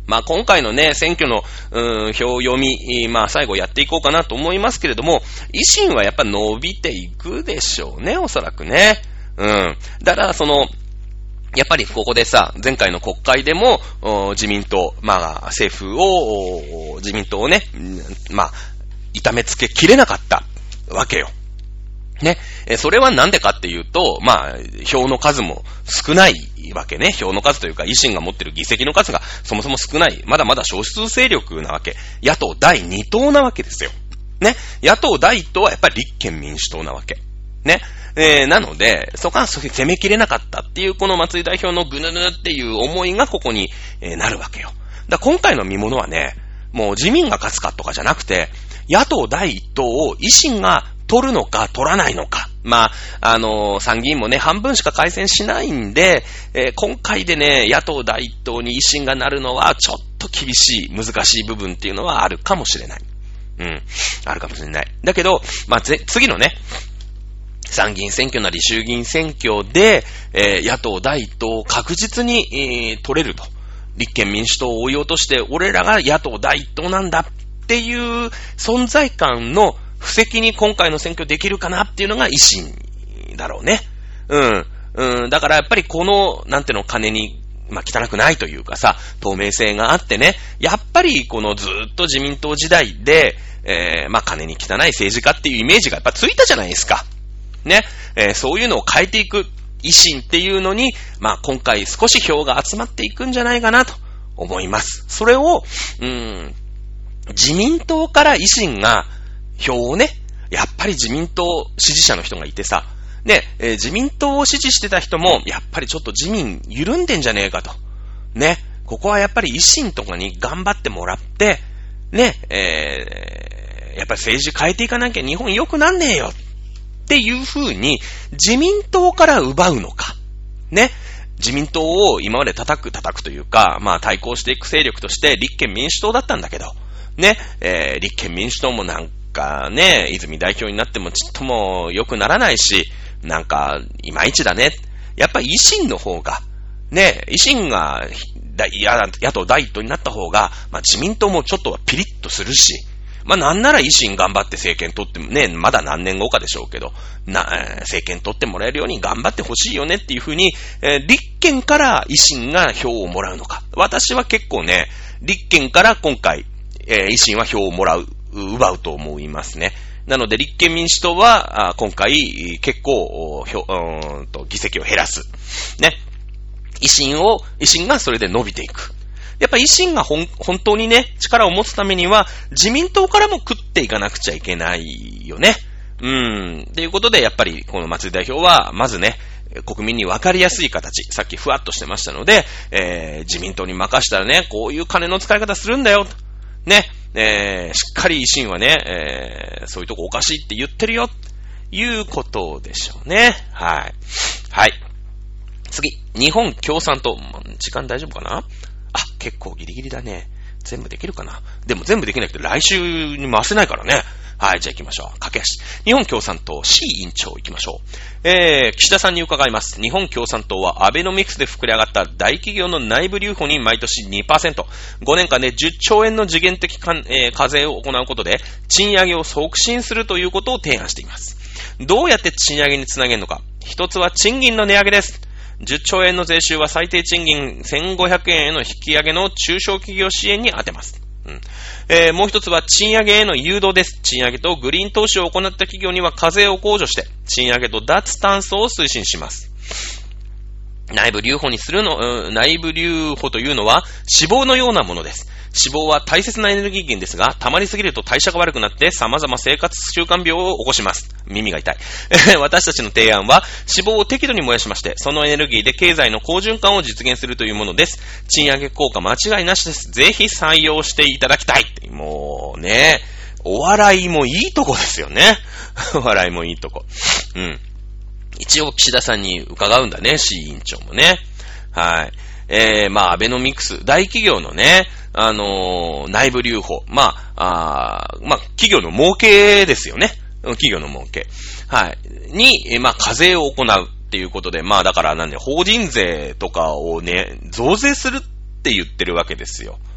まあ今回のね、選挙の、票読み、まあ最後やっていこうかなと思いますけれども、維新はやっぱ伸びていくでしょうね、おそらくね。だからやっぱりここでさ、前回の国会でも、自民党、まあ政府を、自民党をね、まあ、痛めつけきれなかったわけよ。ね。それはなんでかっていうと、まあ、票の数も少ないわけね。票の数というか、維新が持ってる議席の数がそもそも少ない。まだまだ少数勢力なわけ。野党第2党なわけですよ。ね。野党第1党はやっぱり立憲民主党なわけ。ね。なので、そこは攻めきれなかったっていう、この松井代表のぐぬぬっていう思いがここに、なるわけよ。だから今回の見物はね、もう自民が勝つかとかじゃなくて、野党第1党を維新が取るのか取らないのか。まあ、参議院もね、半分しか改選しないんで、今回でね、野党第一党に維新がなるのはちょっと厳しい、難しい部分っていうのはあるかもしれない。あるかもしれない。だけど、まあ、次のね、参議院選挙なり衆議院選挙で、野党第一党を確実に、取れると。立憲民主党を追い落として、俺らが野党第一党なんだっていう存在感の布石に今回の選挙できるかなっていうのが維新だろうね。だからやっぱりこの、なんていうの、金に、まあ、汚くないというかさ、透明性があってね、やっぱりこのずっと自民党時代で、まあ、金に汚い政治家っていうイメージがやっぱついたじゃないですか。ね。そういうのを変えていく維新っていうのに、まあ、今回少し票が集まっていくんじゃないかなと思います。それを、自民党から維新が票をね、やっぱり自民党支持者の人がいてさ、ね、自民党を支持してた人も、やっぱりちょっと自民緩んでんじゃねえかと。ね、ここはやっぱり維新とかに頑張ってもらって、ね、やっぱり政治変えていかなきゃ日本良くなんねえよっていう風に自民党から奪うのか。ね。自民党を今まで叩くというか、まあ対抗していく勢力として立憲民主党だったんだけど、ね、立憲民主党もなんかね、泉代表になってもちっとも良くならないし、なんかいまいちだね。やっぱり維新の方が、ね、維新が野党第一党になった方が、まあ自民党もちょっとはピリッとするし、まあなんなら維新頑張って政権取ってもね、まだ何年後かでしょうけど、政権取ってもらえるように頑張ってほしいよねっていう風に、立憲から維新が票をもらうのか。私は結構ね、立憲から今回、維新は票を奪うと思いますね。なので立憲民主党は今回結構議席を減らす。ね。維新がそれで伸びていく。やっぱ維新が本当にね、力を持つためには自民党からも食っていかなくちゃいけないよね。ということでやっぱりこの松井代表はまずね、国民に分かりやすい形、さっきふわっとしてましたので、自民党に任したらね、こういう金の使い方するんだよ。ね。しっかり維新はね、そういうとこおかしいって言ってるよ。いうことでしょうね。はい。はい。次。日本共産党。時間大丈夫かな？結構ギリギリだね。全部できるかな？でも全部できなくて来週に回せないからね。はい、じゃあ行きましょう。駆け足。日本共産党 C 委員長行きましょう。岸田さんに伺います。日本共産党はアベノミクスで膨れ上がった大企業の内部留保に毎年 2%、5年間で10兆円の時限的課税を行うことで、賃上げを促進するということを提案しています。どうやって賃上げにつなげるのか。一つは賃金の値上げです。10兆円の税収は最低賃金1500円への引き上げの中小企業支援に充てます。もう一つは賃上げへの誘導です。賃上げとグリーン投資を行った企業には課税を控除して、賃上げと脱炭素を推進します。内部留保というのは脂肪のようなものです。脂肪は大切なエネルギー源ですが、溜まりすぎると代謝が悪くなって様々生活習慣病を起こします。耳が痛い。私たちの提案は脂肪を適度に燃やしまして、そのエネルギーで経済の好循環を実現するというものです。賃上げ効果間違いなしです。ぜひ採用していただきたい。もうね、お笑いもいいとこですよね。お笑いもいいとこ。一応岸田さんに伺うんだね、C 委員長もね。はい。アベノミクス、大企業のね、内部留保、企業の儲けですよね。企業の儲け。はい。に、課税を行うっていうことで、だから法人税とかをね、増税するって言ってるわけですよ。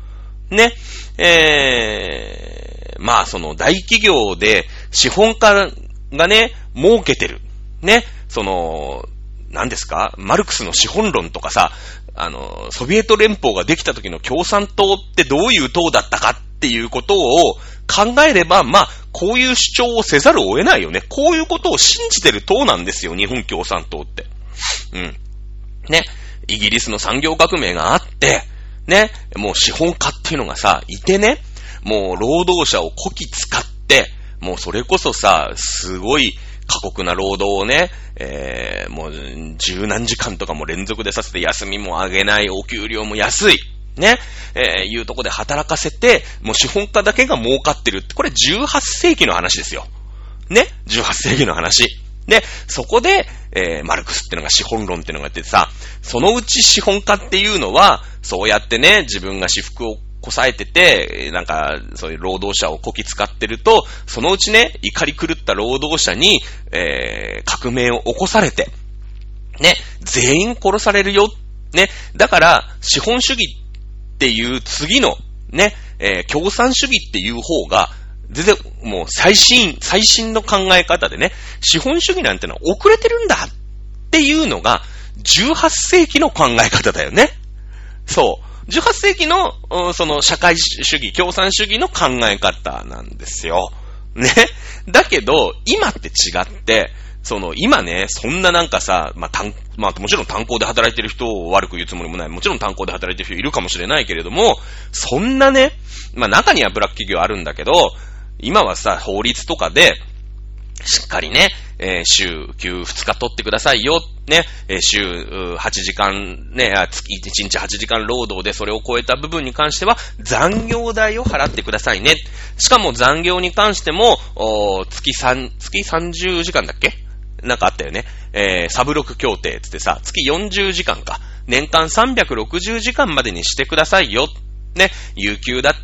ね。まあその大企業で資本家がね、儲けてる。ね。何ですか？マルクスの資本論とかさ、ソビエト連邦ができた時の共産党ってどういう党だったかっていうことを考えれば、まあ、こういう主張をせざるを得ないよね。こういうことを信じてる党なんですよ、日本共産党って。うん。ね。イギリスの産業革命があって、ね。もう資本家っていうのがさ、いてね。もう労働者をこき使って、もうそれこそさ、すごい過酷な労働をね、もう十何時間とかも連続でさせて休みも上げない、お給料も安い。ね、いうとこで働かせて、もう資本家だけが儲かってるって、これ18世紀の話ですよ。ね、18世紀の話。で、そこで、マルクスってのが資本論ってのがあってさ、そのうち資本家っていうのは、そうやってね、自分が私服をこさえてて、なんか、そういう労働者をこき使ってると、そのうちね、怒り狂った労働者に、革命を起こされて、ね、全員殺されるよ。ね、だから、資本主義っていう次の、ね、共産主義っていう方が、全然もう最新の考え方でね、資本主義なんてのは遅れてるんだっていうのが、18世紀の考え方だよね。そう。18世紀の、その社会主義、共産主義の考え方なんですよ。ね。だけど、今って違って、今ね、そんななんかさ、まあ、もちろん炭鉱で働いてる人を悪く言うつもりもない。もちろん炭鉱で働いてる人いるかもしれないけれども、そんなね、まあ中にはブラック企業あるんだけど、今はさ、法律とかで、しっかりね、週休2日取ってくださいよ。ね、週8時間、ね、月1日8時間労働でそれを超えた部分に関しては残業代を払ってくださいね。しかも残業に関しても、月30時間だっけ？なんかあったよね。サブロク協定つってさ、月40時間か。年間360時間までにしてくださいよ。ね、有給だって、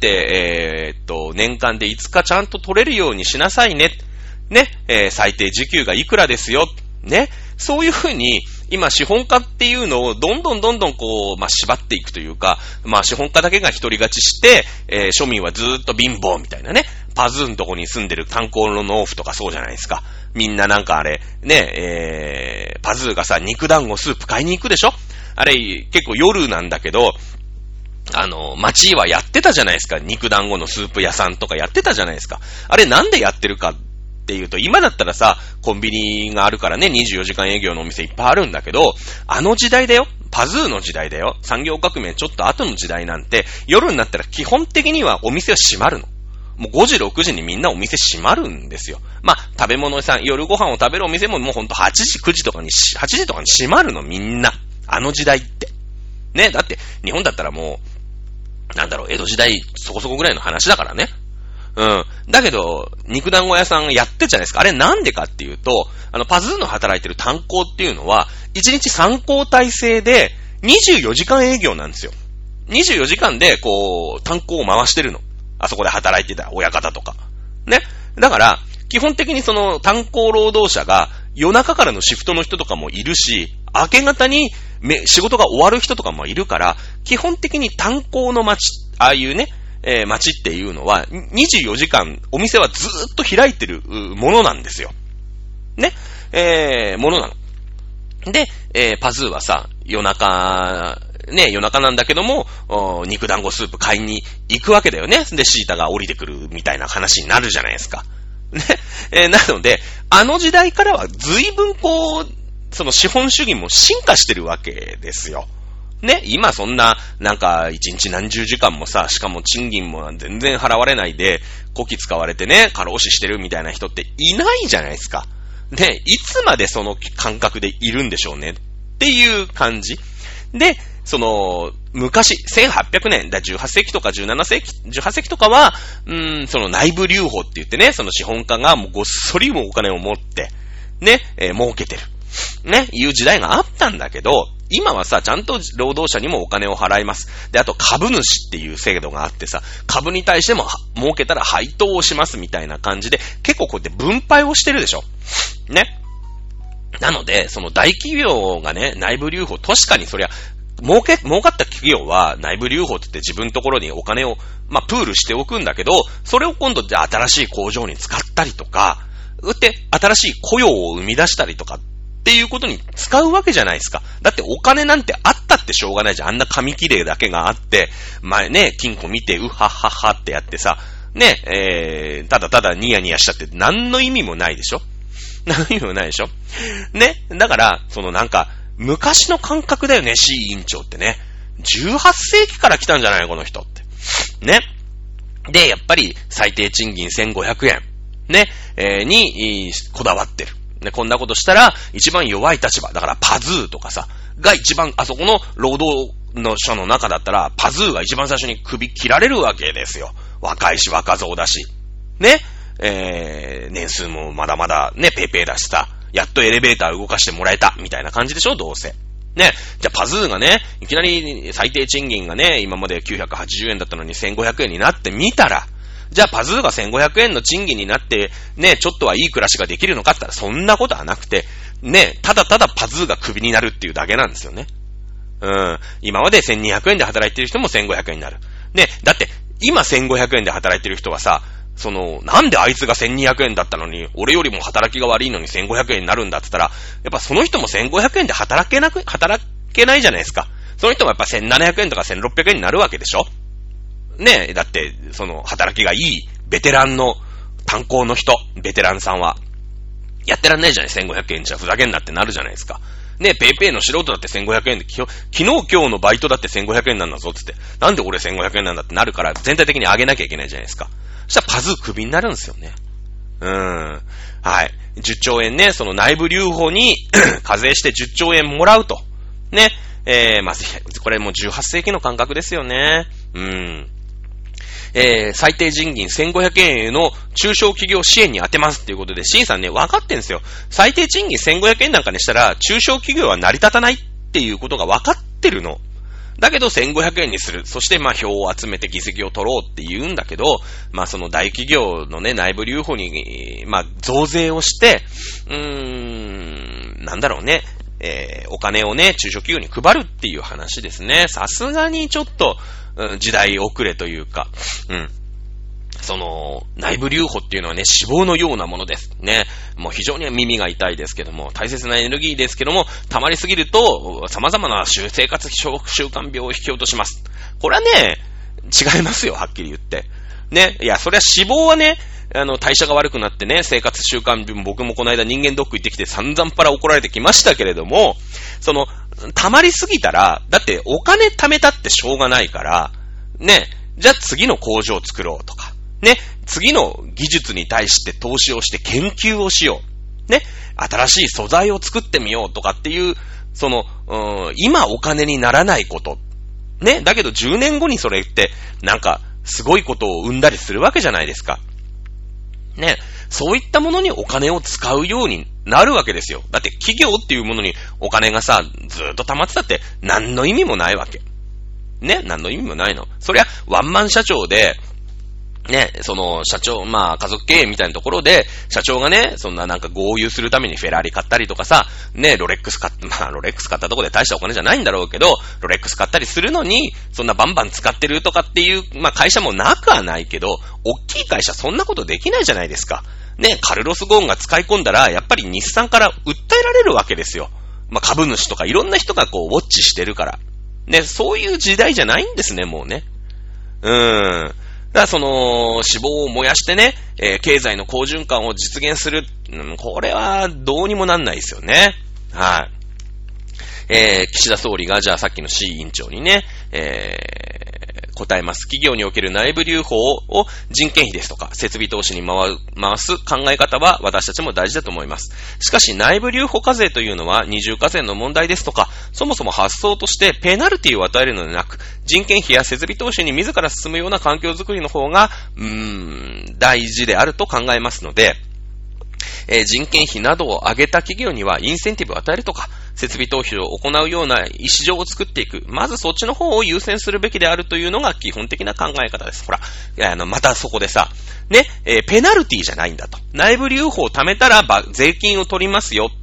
年間で5日ちゃんと取れるようにしなさいね。ね、最低時給がいくらですよ。ね、そういうふうに、今資本家っていうのをどんどんこう、まあ、縛っていくというか、まあ、資本家だけが一人勝ちして、庶民はずーっと貧乏みたいなね、パズーのとこに住んでる炭鉱の農夫とかそうじゃないですか。みんななんかあれ、ね、パズーがさ、肉団子スープ買いに行くでしょ？あれ、結構夜なんだけど、町はやってたじゃないですか。肉団子のスープ屋さんとかやってたじゃないですか。あれなんでやってるかっていうと、今だったらさ、コンビニがあるからね、24時間営業のお店いっぱいあるんだけど、あの時代だよ。パズーの時代だよ。産業革命ちょっと後の時代なんて、夜になったら基本的にはお店は閉まるの。もう5時、6時にみんなお店閉まるんですよ。まあ、食べ物屋さん、夜ご飯を食べるお店ももうほんと8時、9時とかに、8時とかに閉まるの、みんな。あの時代って。ね、だって、日本だったらもう、なんだろう、江戸時代そこそこぐらいの話だからね。うん。だけど、肉団子屋さんやってるじゃないですか。あれなんでかっていうと、パズーの働いてる炭鉱っていうのは、1日3交代制で24時間営業なんですよ。24時間で、こう、炭鉱を回してるの。あそこで働いてた親方とか。ね。だから、基本的にその炭鉱労働者が夜中からのシフトの人とかもいるし、明け方に仕事が終わる人とかもいるから、基本的に炭鉱の町、ああいうね、町っていうのは24時間お店はずーっと開いてるものなんですよ。ね。ものなの。で、パズーはさ、夜中なんだけども、肉団子スープ買いに行くわけだよね。で、シータが降りてくるみたいな話になるじゃないですか。ね。なので、あの時代からは随分こう、その資本主義も進化してるわけですよ。ね、今そんな、なんか、一日何十時間もさ、しかも賃金も全然払われないで、こき使われてね、過労死してるみたいな人っていないじゃないですか。で、いつまでその感覚でいるんでしょうねっていう感じ。で、昔、1800年、18世紀とか17世紀、18世紀とかは、その内部留保って言ってね、その資本家がもうごっそりもお金を持って、ね、儲けてる。ね、いう時代があったんだけど、今はさ、ちゃんと労働者にもお金を払います。で、あと株主っていう制度があってさ、株に対しても儲けたら配当をしますみたいな感じで、結構こうやって分配をしてるでしょ。ね。なので、その大企業がね、内部留保、確かにそりゃ、 儲かった企業は内部留保って言って自分のところにお金を、プールしておくんだけど、それを今度じゃあ新しい工場に使ったりとか、で、新しい雇用を生み出したりとかっていうことに使うわけじゃないですか。だってお金なんてあったってしょうがないじゃん。あんな紙切れだけがあって、前ね、金庫見て、うはっはっはってやってさ、ね、ただただニヤニヤしちゃって何の意味もないでしょ？何の意味もないでしょ？ね。だから、昔の感覚だよね、C 委員長ってね。18世紀から来たんじゃないの、この人って。ね。で、やっぱり最低賃金1500円。ね。に、こだわってる。ね、こんなことしたら、一番弱い立場。だからパズーとかさ、が一番、あそこの労働の者の中だったら、パズーが一番最初に首切られるわけですよ。若いし若造だし。ね。年数もまだまだね、ペーペーだしさ。やっとエレベーター動かしてもらえた、みたいな感じでしょ、どうせ。ね。じゃあパズーがね、いきなり最低賃金がね、今まで980円だったのに1500円になってみたら、じゃあパズーが1500円の賃金になって、ね、ちょっとはいい暮らしができるのかって言ったら、そんなことはなくて、ね、ただただパズーがクビになるっていうだけなんですよね。今まで1200円で働いてる人も1500円になる。ね、だって、今1500円で働いてる人はさ、なんであいつが1200円だったのに、俺よりも働きが悪いのに1500円になるんだって言ったら、やっぱその人も1500円で働けないじゃないですか。その人もやっぱ1700円とか1600円になるわけでしょ？ねえ、だって、働きがいいベテランの炭鉱の人、ベテランさんは、やってらんないじゃない、1500円じゃふざけんなってなるじゃないですか。ねえ、ペイペイの素人だって1500円で、昨日今日のバイトだって1500円なんだぞって言って、なんで俺1500円なんだってなるから、全体的に上げなきゃいけないじゃないですか。そしたらパズークビになるんですよね。はい。10兆円ね、内部留保に課税して10兆円もらうと。ね。まず、これもう18世紀の感覚ですよね。最低賃金1500円への中小企業支援に当てますっていうことで、シンさんね、分かってんですよ。最低賃金1500円なんかにしたら、中小企業は成り立たないっていうことが分かってるの。だけど1500円にする。そして票を集めて議席を取ろうって言うんだけど、その大企業のね、内部留保に、増税をして、なんだろうね、お金をね、中小企業に配るっていう話ですね。さすがにちょっと、時代遅れというか、内部留保っていうのはね、脂肪のようなものですね。もう非常に耳が痛いですけども、大切なエネルギーですけども、溜まりすぎると、様々な生活習慣病を引き落とします。これはね、違いますよ、はっきり言って。ね、いや、それは脂肪はね、代謝が悪くなってね、生活習慣病、僕もこの間人間ドック行ってきて散々パラ怒られてきましたけれども、溜まりすぎたら、だってお金貯めたってしょうがないから、ね、じゃあ次の工場を作ろうとか、ね、次の技術に対して投資をして研究をしよう。ね、新しい素材を作ってみようとかっていう、今お金にならないこと。ね、だけど10年後にそれって、すごいことを生んだりするわけじゃないですか。ね、そういったものにお金を使うようになるわけですよ。だって企業っていうものにお金がさ、ずーっと溜まってたって何の意味もないわけ。ね、何の意味もないの。そりゃ、ワンマン社長で、ね、社長、家族経営みたいなところで、社長がね、そんな豪遊するためにフェラーリ買ったりとかさ、ね、ロレックス買ったところで大したお金じゃないんだろうけど、ロレックス買ったりするのに、そんなバンバン使ってるとかっていう、会社もなくはないけど、大きい会社そんなことできないじゃないですか。ね、カルロス・ゴーンが使い込んだら、やっぱり日産から訴えられるわけですよ。株主とかいろんな人がウォッチしてるから。ね、そういう時代じゃないんですね、もうね。だから脂肪を燃やしてね、経済の好循環を実現する。これはどうにもなんないですよね。はい。岸田総理がじゃあさっきの C 委員長にね、答えます。企業における内部留保を人件費ですとか設備投資に回す考え方は私たちも大事だと思います。しかし内部留保課税というのは二重課税の問題ですとか、そもそも発想としてペナルティを与えるのではなく、人件費や設備投資に自ら進むような環境づくりの方が大事であると考えますので、人件費などを上げた企業にはインセンティブを与えるとか、設備投資を行うような市場を作っていく。まずそっちの方を優先するべきであるというのが基本的な考え方です。ほら、またそこでさ、ね、ペナルティじゃないんだと。内部留保を貯めたら税金を取りますよ。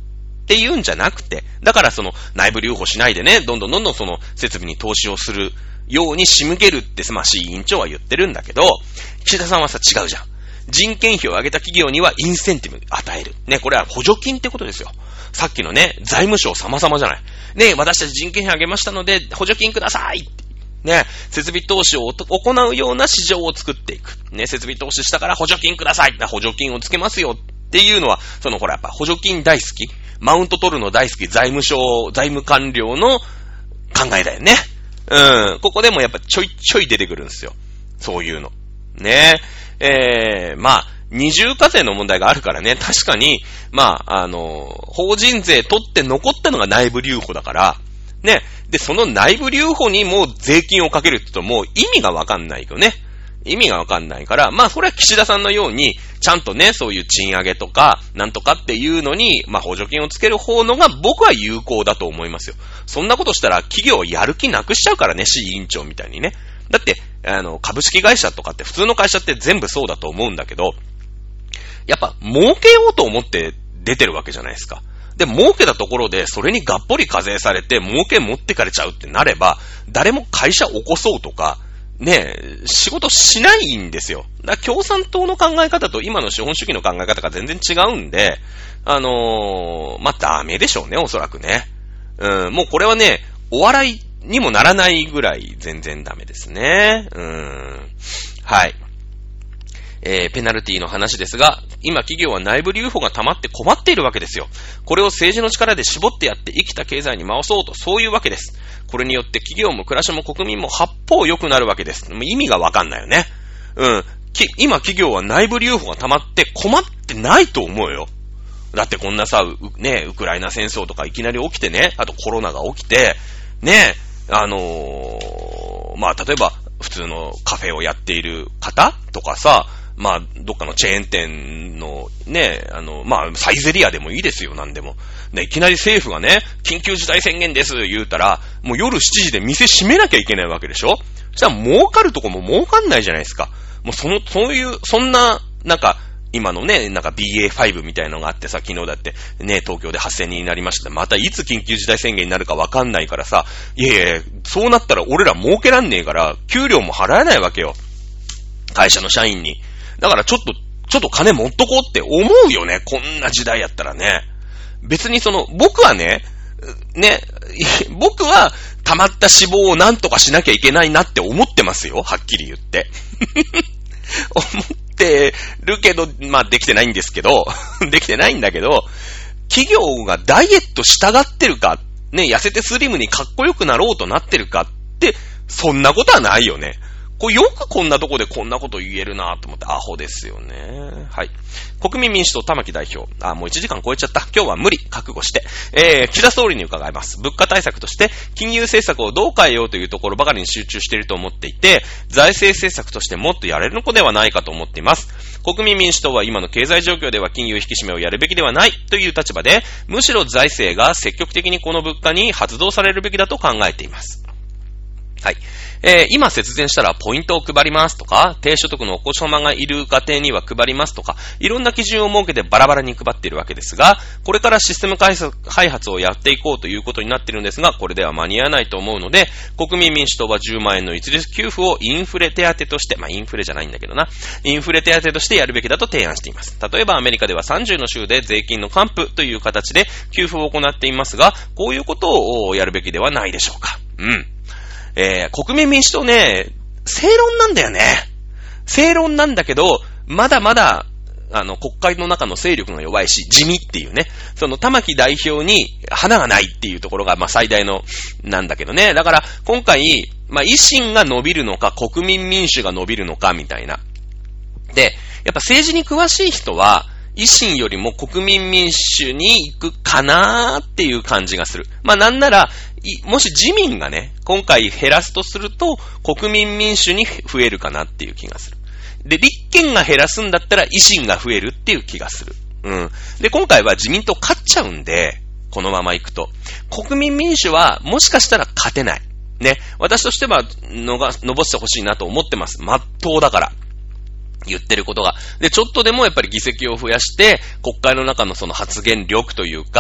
っていうんじゃなくて、だからその内部留保しないでね、どんどんその設備に投資をするように仕向けるって、まあ、市委員長は言ってるんだけど、岸田さんはさ、違うじゃん。人件費を上げた企業にはインセンティブ与える。ね、これは補助金ってことですよ。さっきのね、財務省様々じゃない。ね、私たち人件費上げましたので、補助金ください。ね、設備投資を行うような市場を作っていく。ね、設備投資したから補助金ください。補助金をつけますよっていうのは、そのほらやっぱ補助金大好き。マウント取るの大好き。財務官僚の考えだよね。ここでもやっぱちょいちょい出てくるんですよ。そういうの。ね。まあ、二重課税の問題があるからね、確かに、まあ、法人税取って残ったのが内部留保だから、ね。で、その内部留保にもう税金をかけるって言うともう意味がわかんないよね。意味がわかんないから、まあ、それは岸田さんのように、ちゃんとね、そういう賃上げとか、なんとかっていうのに、まあ、補助金をつける方のが僕は有効だと思いますよ。そんなことしたら企業やる気なくしちゃうからね、市委員長みたいにね。だって、株式会社とかって普通の会社って全部そうだと思うんだけど、やっぱ儲けようと思って出てるわけじゃないですか。で、儲けたところでそれにがっぽり課税されて儲け持ってかれちゃうってなれば、誰も会社起こそうとか、ね、仕事しないんですよ。だから共産党の考え方と今の資本主義の考え方が全然違うんで、まあ、ダメでしょうね、おそらくね。もうこれはね、お笑いにもならないぐらい全然ダメですね。はい。ペナルティの話ですが、今企業は内部留保が溜まって困っているわけですよ。これを政治の力で絞ってやって生きた経済に回そうと、そういうわけです。これによって企業も暮らしも国民も八方良くなるわけです。意味がわかんないよね。今企業は内部留保が溜まって困ってないと思うよ。だってこんなさ、ウクライナ戦争とかいきなり起きてね、あとコロナが起きて、ね、まあ、例えば普通のカフェをやっている方とかさ、まあ、どっかのチェーン店のね、まあ、サイゼリアでもいいですよ、なんでも。ね、いきなり政府がね、緊急事態宣言です言うたら、もう夜7時で店閉めなきゃいけないわけでしょ？そしたら儲かるとこも儲かんないじゃないですか。もうそんな、なんか、今のね、なんか BA.5 みたいなのがあってさ、昨日だってね、東京で8000人になりました。またいつ緊急事態宣言になるかわかんないからさ、いや、そうなったら俺ら儲けらんねえから、給料も払えないわけよ。会社の社員に。だからちょっと金持っとこうって思うよね。こんな時代やったらね。別に僕はね、僕は溜まった脂肪をなんとかしなきゃいけないなって思ってますよ。はっきり言って。思ってるけど、まあできてないんですけど、できてないんだけど、企業がダイエットしたがってるか、ね、痩せてスリムにかっこよくなろうとなってるかって、そんなことはないよね。よくこんなとこでこんなこと言えるなと思って、アホですよね。はい。国民民主党玉木代表。もう1時間超えちゃった。今日は無理。覚悟して。岸田総理に伺います。物価対策として、金融政策をどう変えようというところばかりに集中していると思っていて、財政政策としてもっとやれるのではないかと思っています。国民民主党は今の経済状況では金融引き締めをやるべきではないという立場で、むしろ財政が積極的にこの物価に発動されるべきだと考えています。はい。今節電したらポイントを配りますとか、低所得のお子様がいる家庭には配りますとか、いろんな基準を設けてバラバラに配っているわけですが、これからシステム開発をやっていこうということになっているんですが、これでは間に合わないと思うので、国民民主党は10万円の一律給付をインフレ手当として、まあインフレじゃないんだけどな、インフレ手当としてやるべきだと提案しています。例えばアメリカでは30の州で税金の還付という形で給付を行っていますが、こういうことをやるべきではないでしょうか。国民民主党ね、正論なんだよね。正論なんだけど、まだまだ、国会の中の勢力が弱いし、地味っていうね。玉木代表に花がないっていうところが、まあ最大の、なんだけどね。だから、今回、まあ維新が伸びるのか、国民民主が伸びるのか、みたいな。で、やっぱ政治に詳しい人は、維新よりも国民民主に行くかなーっていう感じがする。まあなんなら、もし自民がね、今回減らすとすると、国民民主に増えるかなっていう気がする。で、立憲が減らすんだったら維新が増えるっていう気がする。で、今回は自民党勝っちゃうんで、このまま行くと。国民民主はもしかしたら勝てない。ね。私としては、伸ばしてほしいなと思ってます。真っ当だから。言ってることが。で、ちょっとでもやっぱり議席を増やして、国会の中のその発言力というか、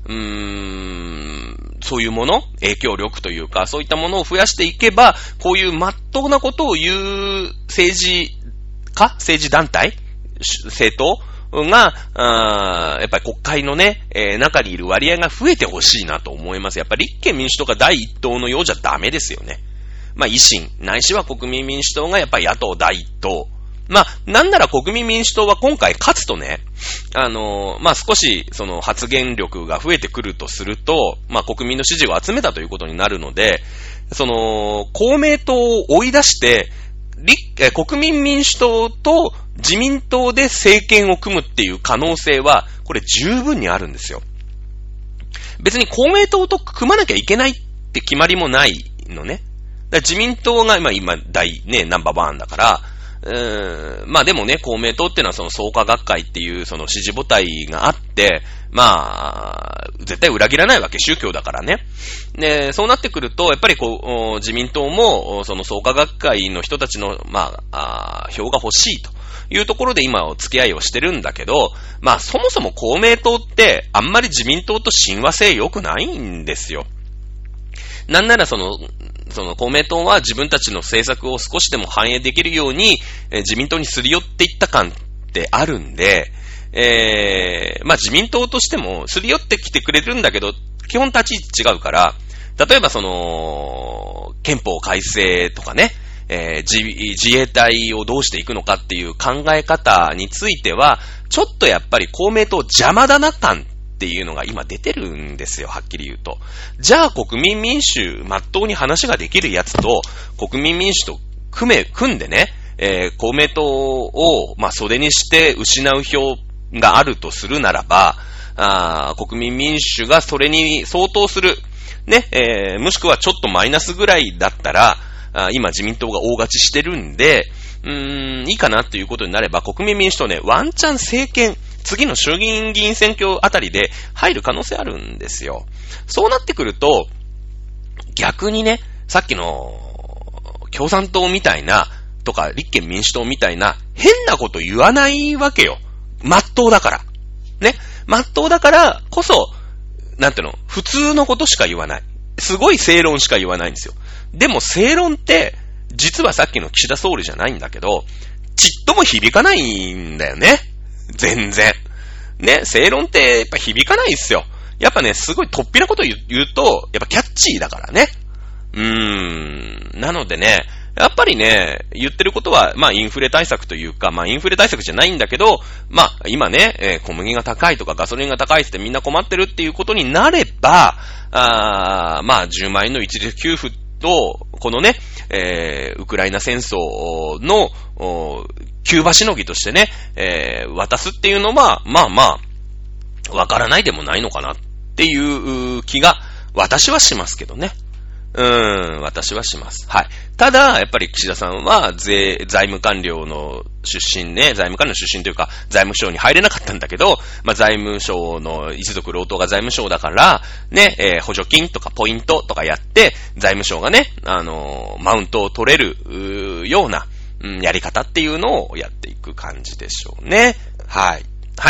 そういうもの、影響力というか、そういったものを増やしていけば、こういう真っ当なことを言う政治団体政党が、やっぱり国会のね、中にいる割合が増えてほしいなと思います。やっぱり立憲民主党が第一党のようじゃダメですよね。まあ維新、ないしは国民民主党がやっぱり野党第一党。まあ、なんなら国民民主党は今回勝つとね、まあ少しその発言力が増えてくるとすると、まあ国民の支持を集めたということになるので、その、公明党を追い出して、国民民主党と自民党で政権を組むっていう可能性は、これ十分にあるんですよ。別に公明党と組まなきゃいけないって決まりもないのね。だから自民党が今ナンバーワンだから、まあでもね、公明党っていうのはその創価学会っていうその支持母体があって、まあ、絶対裏切らないわけ、宗教だからね。で、そうなってくると、やっぱりこう、自民党も、その創価学会の人たちの、まあ、票が欲しいというところで今お付き合いをしてるんだけど、まあそもそも公明党ってあんまり自民党と親和性良くないんですよ。なんならその公明党は自分たちの政策を少しでも反映できるように、自民党にすり寄っていった感ってあるんで、まあ自民党としてもすり寄ってきてくれるんだけど、基本立ち位置違うから、例えばその、憲法改正とかね、自衛隊をどうしていくのかっていう考え方については、ちょっとやっぱり公明党邪魔だな感っていうのが今出てるんですよ、はっきり言うと。じゃあ国民民主、まっとうに話ができるやつと、国民民主と組んでね、公明党を、まあ、袖にして失う票があるとするならば、国民民主がそれに相当する、ね、もしくはちょっとマイナスぐらいだったら、今自民党が大勝ちしてるんで、いいかなということになれば、国民民主党ね、ワンチャン政権、次の衆議院議員選挙あたりで入る可能性あるんですよ。そうなってくると、逆にね、さっきの共産党みたいな、とか立憲民主党みたいな、変なこと言わないわけよ。真っ当だから。ね。真っ当だからこそ、なんていうの、普通のことしか言わない。すごい正論しか言わないんですよ。でも正論って、実はさっきの岸田総理じゃないんだけど、ちっとも響かないんだよね。全然。ね、正論ってやっぱ響かないんですよ。やっぱね、すごい突飛なこと言うと、やっぱキャッチーだからね。なのでね、やっぱりね、言ってることは、まあインフレ対策というか、まあインフレ対策じゃないんだけど、まあ今ね、小麦が高いとかガソリンが高いってみんな困ってるっていうことになれば、まあ10万円の一律給付と、このね、ウクライナ戦争の、急場しのぎとしてね、渡すっていうのは、まあまあ、わからないでもないのかなっていう気が、私はしますけどね。私はします。はい。ただ、やっぱり岸田さんは、財務官僚の出身ね、財務官僚の出身というか、財務省に入れなかったんだけど、まあ、財務省の一族郎党が財務省だから、ね、補助金とかポイントとかやって、財務省がね、マウントを取れる、ような、やり方っていうのをやっていく感じでしょうね。はい。はい。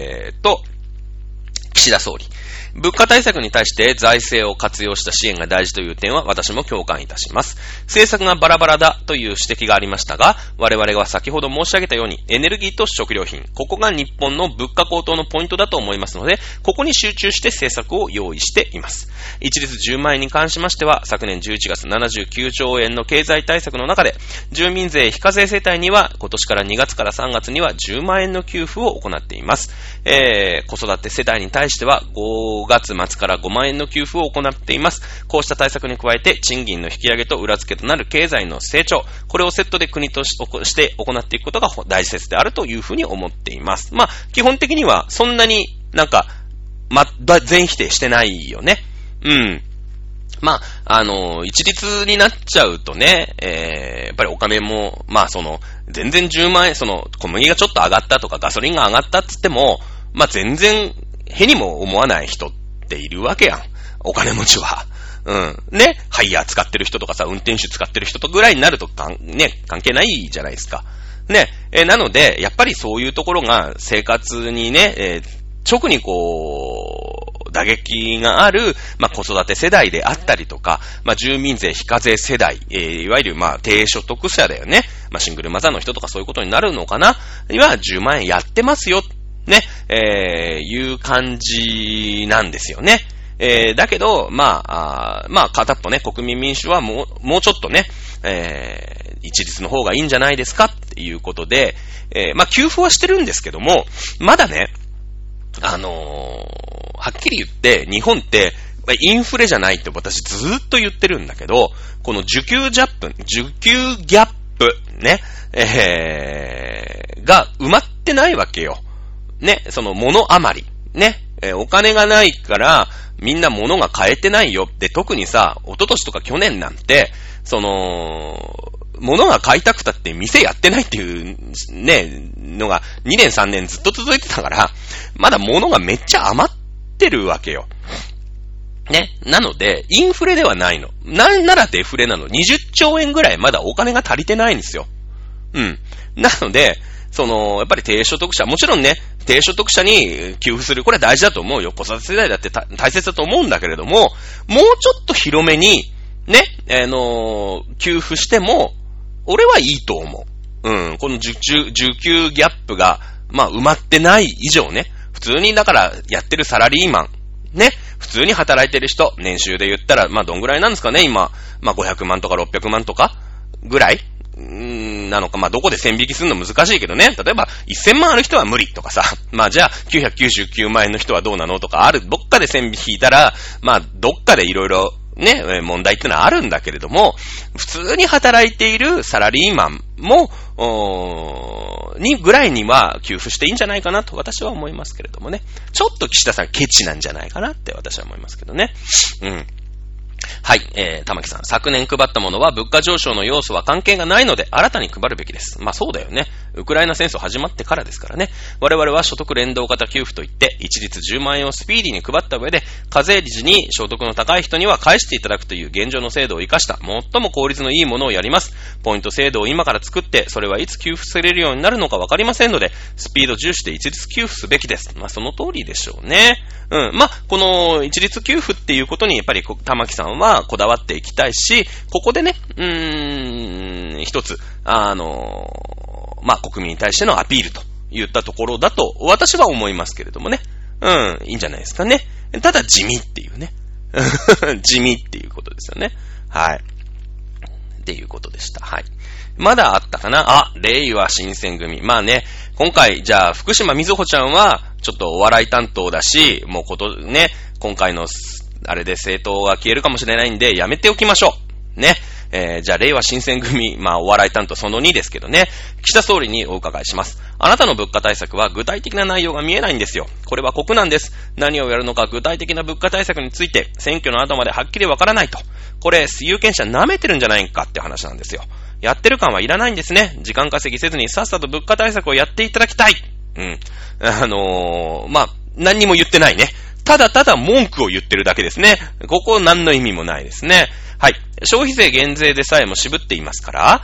岸田総理。物価対策に対して財政を活用した支援が大事という点は私も共感いたします。政策がバラバラだという指摘がありましたが、我々は先ほど申し上げたようにエネルギーと食料品、ここが日本の物価高騰のポイントだと思いますので、ここに集中して政策を用意しています。一律10万円に関しましては、昨年11月79兆円の経済対策の中で、住民税非課税世帯には今年から2月から3月には10万円の給付を行っています。子育て世帯に対しては5月末から5万円の給付を行っています。こうした対策に加えて賃金の引き上げと裏付けとなる経済の成長、これをセットで国として行っていくことが大切であるというふうに思っています。まあ基本的にはそんなになんか全否定してないよね。まあ、一律になっちゃうとね、やっぱりお金も、まあ全然10万円、小麦がちょっと上がったとかガソリンが上がったって言っても、まあ全然、へにも思わない人っているわけやん。お金持ちは。ね。ハイヤー使ってる人とかさ、運転手使ってる人とぐらいになると関係ないじゃないですか。ね。なので、やっぱりそういうところが生活にね、直に打撃がある、まあ、子育て世代であったりとか、まあ、住民税非課税世代、いわゆる、まあ、低所得者だよね。まあ、シングルマザーの人とかそういうことになるのかな。今10万円やってますよ。ね、いう感じなんですよね。だけど、まあ、片っぽね、国民民主はもうちょっとね、一律の方がいいんじゃないですかっていうことで、まあ、給付はしてるんですけども、まだね、はっきり言って、日本って、インフレじゃないって私ずーっと言ってるんだけど、この受給ギャップ、ね、が埋まってないわけよ。ね、その物余り。ね、お金がないから、みんな物が買えてないよって、特にさ、一昨年とか去年なんて、物が買いたくたって店やってないっていうね、のが2年3年ずっと続いてたから、まだ物がめっちゃ余ってるわけよ。ね。なので、インフレではないの。なんならデフレなの。20兆円ぐらいまだお金が足りてないんですよ。うん。なので、やっぱり低所得者、もちろんね、低所得者に給付する、これは大事だと思うよ。子育て世代だって大切だと思うんだけれども、もうちょっと広めに、ね、給付しても、俺はいいと思う。うん。この受給ギャップが、まあ、埋まってない以上ね、普通にだからやってるサラリーマン、ね、普通に働いてる人、年収で言ったら、まあ、どんぐらいなんですかね、今。まあ、500万とか600万とかぐらいなのか、まあ、どこで線引きするの難しいけどね。例えば、1000万ある人は無理とかさ。まあ、じゃあ、999万円の人はどうなのとかどっかで線引いたら、まあ、どっかでいろいろ、ね、問題ってのはあるんだけれども、普通に働いているサラリーマンも、ぐらいには給付していいんじゃないかなと私は思いますけれどもね。ちょっと岸田さんケチなんじゃないかなって私は思いますけどね。うん。はい、玉木さん。昨年配ったものは物価上昇の要素は関係がないので新たに配るべきです。まあそうだよね。ウクライナ戦争始まってからですからね。我々は所得連動型給付といって一律10万円をスピーディーに配った上で課税時に所得の高い人には返していただくという現状の制度を生かした最も効率のいいものをやります。ポイント制度を今から作ってそれはいつ給付されるようになるのかわかりませんのでスピード重視で一律給付すべきです。まあその通りでしょうね。うん。まあこの一律給付っていうことにやっぱり玉木さんはこだわっていきたいし、ここでね、一つ、まあ、国民に対してのアピールといったところだと、私は思いますけれどもね。うん、いいんじゃないですかね。ただ地味っていうね。地味っていうことですよね。はい。っていうことでした。はい。まだあったかな？令和新選組。まあね、今回、じゃあ、福島みずほちゃんは、ちょっとお笑い担当だし、もう今回の、あれで政党が消えるかもしれないんで、やめておきましょう。ね。じゃあ、令和新選組、まあ、お笑い担当その2ですけどね。岸田総理にお伺いします。あなたの物価対策は具体的な内容が見えないんですよ。これは酷なんです。何をやるのか具体的な物価対策について、選挙の後まではっきりわからないと。これ、有権者舐めてるんじゃないかって話なんですよ。やってる感はいらないんですね。時間稼ぎせずにさっさと物価対策をやっていただきたい。うん。まあ、何にも言ってないね。ただただ文句を言ってるだけですね。ここ何の意味もないですね。はい。消費税減税でさえも渋っていますから、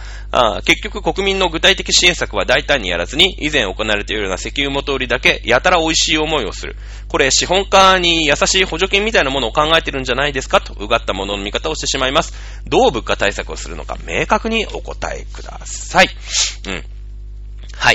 結局国民の具体的支援策は大胆にやらずに、以前行われているような石油元売りだけやたら美味しい思いをする。これ資本家に優しい補助金みたいなものを考えてるんじゃないですかと、うがったものの見方をしてしまいます。どう物価対策をするのか明確にお答えください。うん。はい。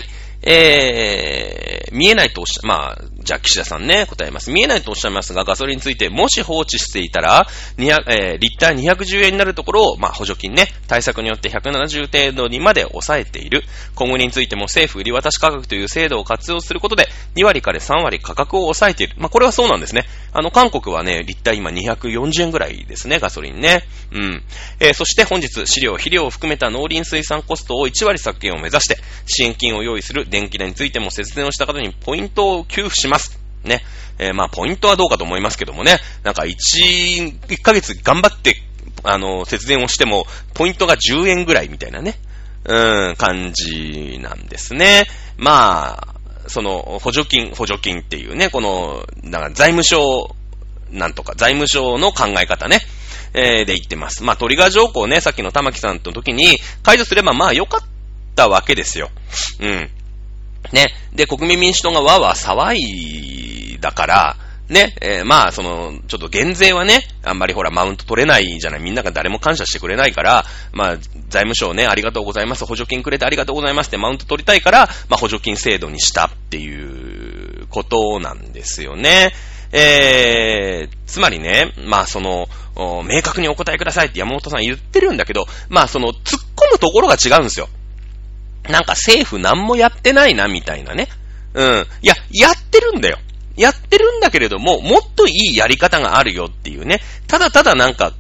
見えないとまあ、じゃあ岸田さんね、答えます。見えないとおっしゃいますが、ガソリンについて、もし放置していたら、リッター210円になるところを、まあ、補助金ね、対策によって170程度にまで抑えている。小麦についても政府売り渡し価格という制度を活用することで、2割から3割価格を抑えている。まあ、これはそうなんですね。韓国はね、リッター今240円ぐらいですね、ガソリンね。うん。そして本日、飼料、肥料を含めた農林水産コストを1割削減を目指して、支援金を用意する電気代についても節電をした方にポイントを給付します。ね。まあ、ポイントはどうかと思いますけどもね。なんか1ヶ月頑張って、節電をしても、ポイントが10円ぐらいみたいなね。感じなんですね。まあ、その、補助金っていうね、この、だから財務省の考え方ね。で言ってます。まあ、トリガー条項ね、さっきの玉木さんの時に解除すればまあ良かったわけですよ。うん。ね。で、国民民主党がわーわー騒いだから、 ね、まあ、ちょっと減税はね、あんまりほら、マウント取れないじゃない、みんなが誰も感謝してくれないから、まあ、財務省ね、ありがとうございます、補助金くれてありがとうございますってマウント取りたいから、まあ、補助金制度にしたっていうことなんですよね。つまりね、まあ、明確にお答えくださいって山本さん言ってるんだけど、まあ、突っ込むところが違うんですよ。なんか政府何もやってないな、みたいなね。いや、やってるんだよ。やってるんだけれども、もっといいやり方があるよっていうね。ただただなんか、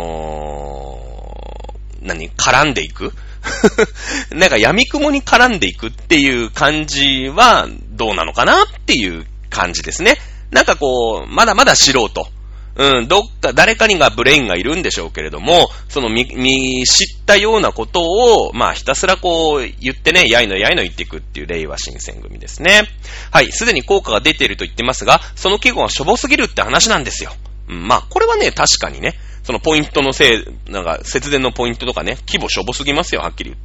絡んでいくなんか闇雲に絡んでいくっていう感じはどうなのかなっていう感じですね。なんかこう、まだまだ素人。誰かにがブレインがいるんでしょうけれども、見知ったようなことを、まあ、ひたすらこう、言ってね、やいの言っていくっていう令和新選組ですね。はい、すでに効果が出ていると言ってますが、その季語はしょぼすぎるって話なんですよ。まあ、これはね、確かにね、ポイントのなんか、節電のポイントとかね、規模しょぼすぎますよ、はっきり言って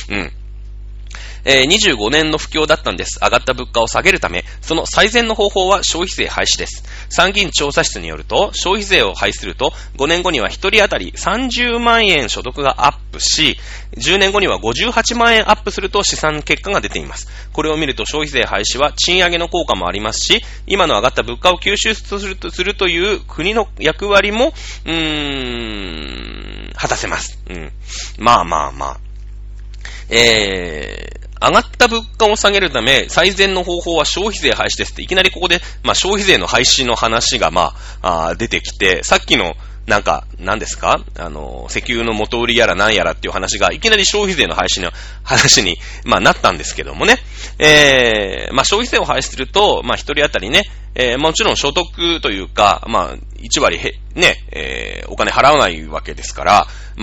。25年の不況だったんです。上がった物価を下げるため、その最善の方法は消費税廃止です。参議院調査室によると、消費税を廃止すると、5年後には1人当たり30万円所得がアップし、10年後には58万円アップすると試算結果が出ています。これを見ると消費税廃止は賃上げの効果もありますし、今の上がった物価を吸収するという国の役割も、果たせます。まあ。上がった物価を下げるため、最善の方法は消費税廃止ですって、いきなりここで、まあ消費税の廃止の話が、出てきて、さっきの、なんか、何ですか石油の元売りやら何やらっていう話が、いきなり消費税の廃止の話に、なったんですけどもね。消費税を廃止すると、一人当たりね、もちろん所得というか、1割お金払わないわけですから、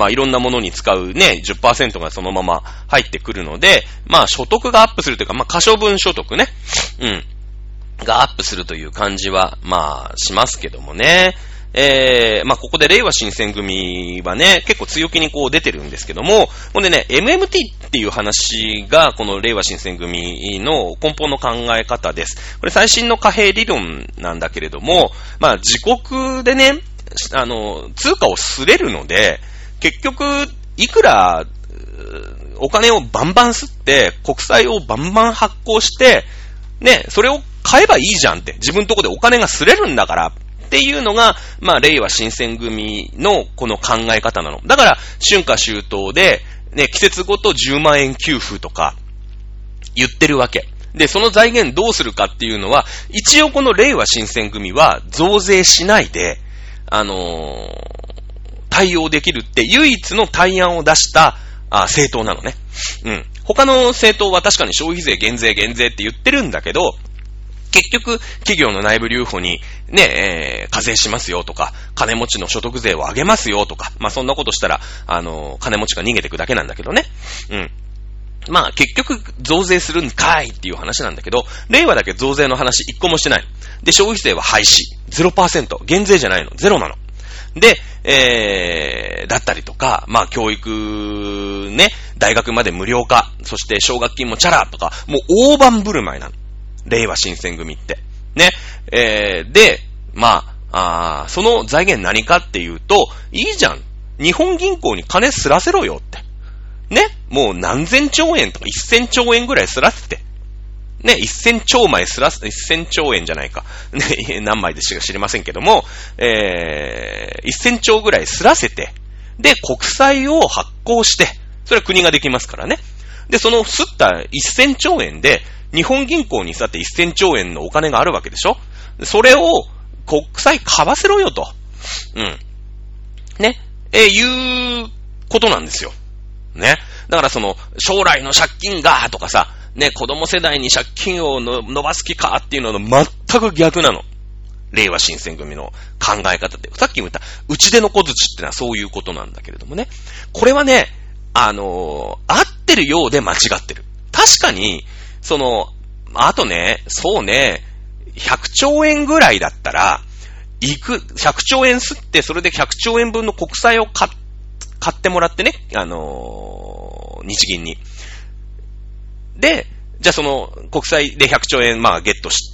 いろんなものに使うね、10% がそのまま入ってくるので、所得がアップするというか、可処分所得ね、がアップするという感じは、しますけどもね。ここで令和新選組はね、結構強気にこう出てるんですけども、ほんでね、MMT っていう話が、この令和新選組の根本の考え方です。これ最新の貨幣理論なんだけれども、自国でね、通貨をすれるので、結局、いくら、お金をバンバン吸って、国債をバンバン発行して、ね、それを買えばいいじゃんって、自分のとこでお金がすれるんだから、っていうのが、令和新選組のこの考え方なの。だから、春夏秋冬で、ね、季節ごと10万円給付とか、言ってるわけ。で、その財源どうするかっていうのは、一応この令和新選組は増税しないで、対応できるって唯一の対案を出した政党なのね。他の政党は確かに消費税減税って言ってるんだけど、結局、企業の内部留保にね、課税しますよとか、金持ちの所得税を上げますよとか、そんなことしたら、金持ちが逃げていくだけなんだけどね。結局、増税するんかいっていう話なんだけど、令和だけ増税の話一個もしてない。で、消費税は廃止。0%。減税じゃないの。ゼロなの。で、だったりとか、教育ね、大学まで無料化、そして奨学金もチャラとか、もう大盤振る舞いなの。令和新選組って。ね。で、その財源何かっていうと、いいじゃん。日本銀行に金すらせろよって。ね。もう何千兆円とか1000兆円ぐらいすらせて。ね。1000兆枚すらす、1000兆円じゃないか。ね。何枚でしか知りませんけども、1000兆ぐらいすらせて、で、国債を発行して、それは国ができますからね。で、そのすった1000兆円で、日本銀行にさって1000兆円のお金があるわけでしょ？それを国債買わせろよと。ね。いうことなんですよ。ね。だから将来の借金がとかさ、ね、子供世代に借金を伸ばす気かっていうのの全く逆なの。令和新選組の考え方って。さっきも言った、打ち出の小槌ってのはそういうことなんだけれどもね。これはね、合ってるようで間違ってる。確かに、あとね、そうね、100兆円ぐらいだったら、100兆円吸って、それで100兆円分の国債を買ってもらってね、日銀に。で、じゃあ国債で100兆円ゲットして、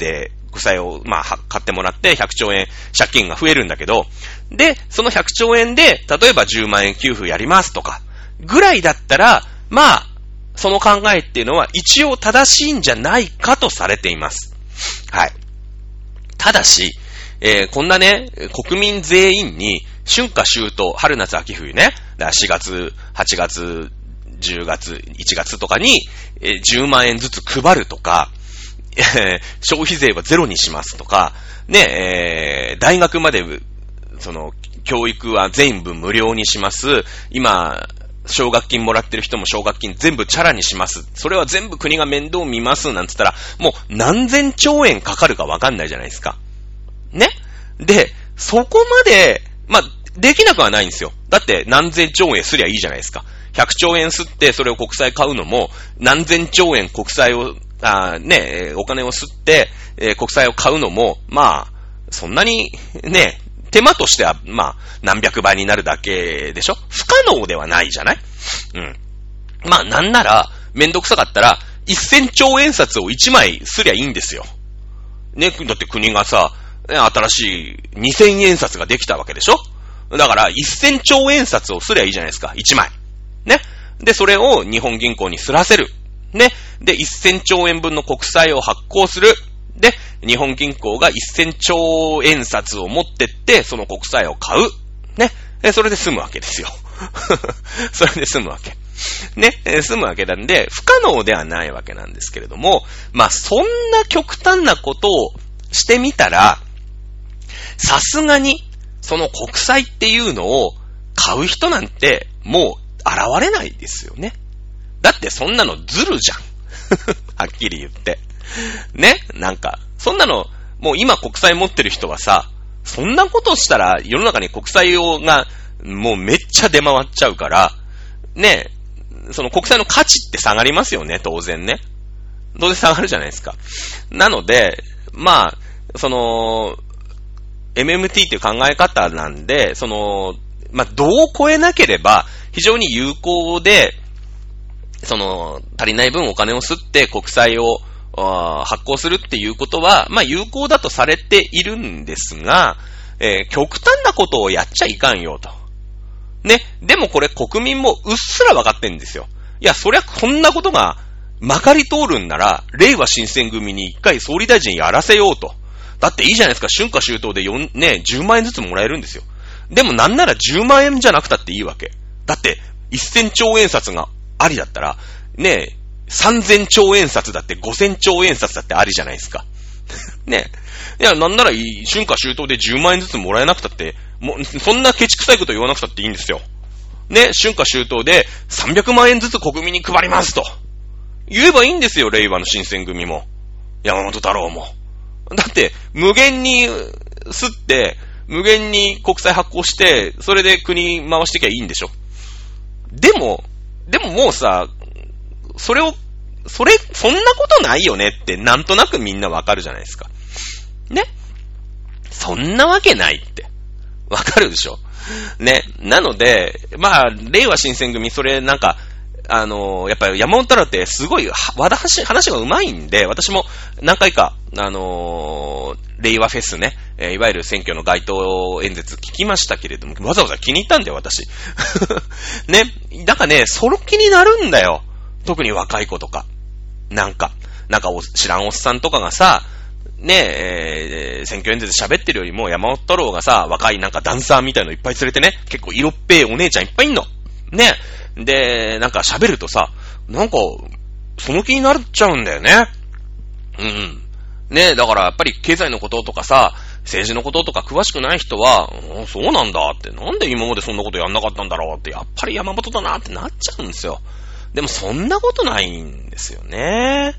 国債を、買ってもらって100兆円借金が増えるんだけど、で、その100兆円で、例えば10万円給付やりますとか、ぐらいだったら、その考えっていうのは一応正しいんじゃないかとされています。はい。ただし、こんなね、国民全員に春夏秋冬、春夏秋冬ね、だから4月、8月、10月、1月とかに、10万円ずつ配るとか、消費税はゼロにしますとか、ね、大学まで、教育は全部無料にします。今、奨学金もらってる人も奨学金全部チャラにします。それは全部国が面倒見ますなんつったら、もう何千兆円かかるかわかんないじゃないですか。ね。で、そこまで、できなくはないんですよ。だって何千兆円すりゃいいじゃないですか。100兆円吸ってそれを国債買うのも、何千兆円国債を、お金を吸って、国債を買うのも、そんなに、ね、手間としては、何百倍になるだけでしょ？不可能ではないじゃない？なんなら、めんどくさかったら、1000兆円札を1枚すりゃいいんですよ。ね、だって国がさ、新しい2000円札ができたわけでしょ？だから、1000兆円札をすりゃいいじゃないですか、1枚。ね。で、それを日本銀行にすらせる。ね。で、1000兆円分の国債を発行する。で、日本銀行が1000兆円札を持ってって、その国債を買う。ね。で、それで済むわけですよ。それで済むわけ。ね。済むわけなんで、不可能ではないわけなんですけれども、そんな極端なことをしてみたら、さすがに、その国債っていうのを買う人なんて、もう、現れないですよね。だってそんなのずるじゃん。はっきり言って。ね？そんなの、もう今国債持ってる人はさ、そんなことしたら世の中に国債がもうめっちゃ出回っちゃうから、ね、その国債の価値って下がりますよね、当然ね。当然下がるじゃないですか。なので、MMT っていう考え方なんで、度を超えなければ非常に有効で、足りない分お金を吸って国債を発行するっていうことは、有効だとされているんですが、極端なことをやっちゃいかんよと。ね。でもこれ国民もうっすら分かってんですよ。いや、そりゃこんなことがまかり通るんなら、令和新選組に一回総理大臣やらせようと。だっていいじゃないですか。春夏秋冬で10万円ずつもらえるんですよ。でもなんなら10万円じゃなくたっていいわけ。だって、1000兆円札がありだったら、ね、3000兆円札だって5000兆円札だってありじゃないですか。ね。いや、なんなら春夏秋冬で10万円ずつもらえなくたって、もう、そんなケチくさいこと言わなくたっていいんですよ。ね、春夏秋冬で300万円ずつ国民に配りますと。言えばいいんですよ、令和の新選組も。山本太郎も。だって、無限に吸って、無限に国債発行して、それで国回してきゃいいんでしょ。でももうさ、そんなことないよねってなんとなくみんなわかるじゃないですか。ね。そんなわけないって。わかるでしょ。ね。なので、令和新選組、それやっぱり山本太郎ってすごい話が上手いんで、私も何回か、令和フェスね、いわゆる選挙の街頭演説聞きましたけれども、わざわざ気に入ったんだよ、私。ね。だからね、その気になるんだよ。特に若い子とか。知らんおっさんとかがさ、ね、選挙演説喋ってるよりも山本太郎がさ、若いダンサーみたいのいっぱい連れてね、結構色っぺいお姉ちゃんいっぱいいんの。ね。で、喋るとさ、その気になっちゃうんだよね。うん。ね、だからやっぱり経済のこととかさ、政治のこととか詳しくない人は、そうなんだって、なんで今までそんなことやんなかったんだろうって、やっぱり山本だなってなっちゃうんですよ。でもそんなことないんですよね。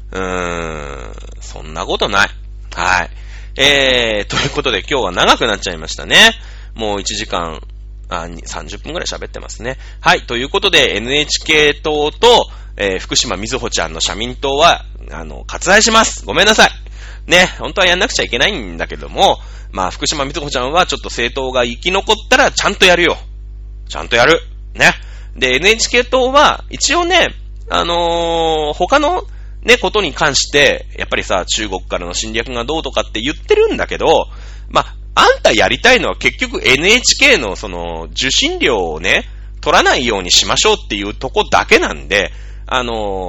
そんなことない。はい。ということで今日は長くなっちゃいましたね。もう1時間、30分くらい喋ってますね。はい。ということで NHK 党と、福島みずほちゃんの社民党は、割愛します。ごめんなさい。ね。本当はやんなくちゃいけないんだけども、福島みずほちゃんはちょっと政党が生き残ったらちゃんとやるよ。ちゃんとやる。ね。で、NHK 党は、一応ね、他のね、ことに関して、やっぱりさ、中国からの侵略がどうとかって言ってるんだけど、あんたやりたいのは結局 NHK のその、受信料をね、取らないようにしましょうっていうとこだけなんで、なん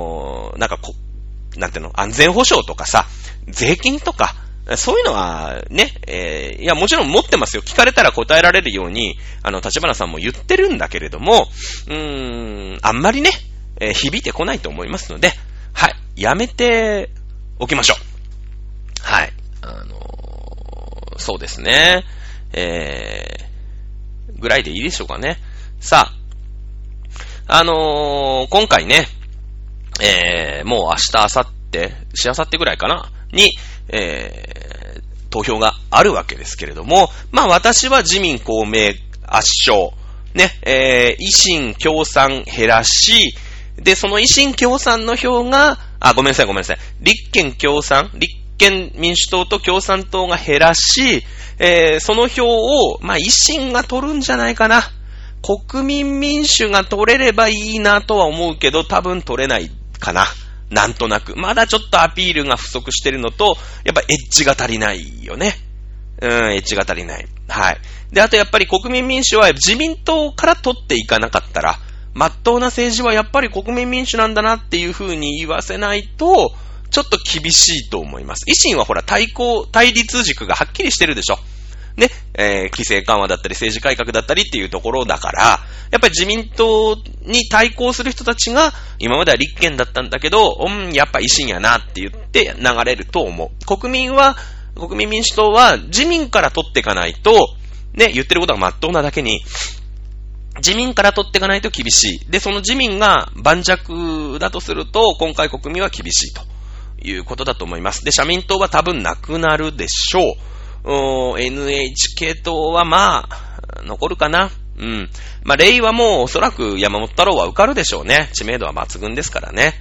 ていうの、安全保障とかさ、税金とか、そういうのはね、いやもちろん持ってますよ。聞かれたら答えられるように、立花さんも言ってるんだけれども、あんまりね、響いてこないと思いますので、はい、やめておきましょう。はい。そうですね。ぐらいでいいでしょうかね。さあ、今回ね、もう明日、明後日、しあさってぐらいかな、に、投票があるわけですけれども、私は自民公明圧勝、ね、維新共産減らし、で、その維新共産の票が、ごめんなさい。立憲民主党と共産党が減らし、その票を、維新が取るんじゃないかな。国民民主が取れればいいなとは思うけど、多分取れないかな。なんとなく。まだちょっとアピールが不足してるのと、やっぱエッジが足りないよね。エッジが足りない。はい。で、あとやっぱり国民民主は自民党から取っていかなかったら、真っ当な政治はやっぱり国民民主なんだなっていう風に言わせないと、ちょっと厳しいと思います。維新はほら対立軸がはっきりしてるでしょ。ね、規制緩和だったり政治改革だったりっていうところだから、やっぱり自民党に対抗する人たちが、今までは立憲だったんだけど、やっぱ維新やなって言って流れると思う。国民民主党は自民から取っていかないと、ね、言ってることが真っ当なだけに、自民から取っていかないと厳しい。で、その自民が盤石だとすると、今回国民は厳しいということだと思います。で、社民党は多分なくなるでしょう。NHK 党は残るかな。令和もおそらく山本太郎は受かるでしょうね。知名度は抜群ですからね。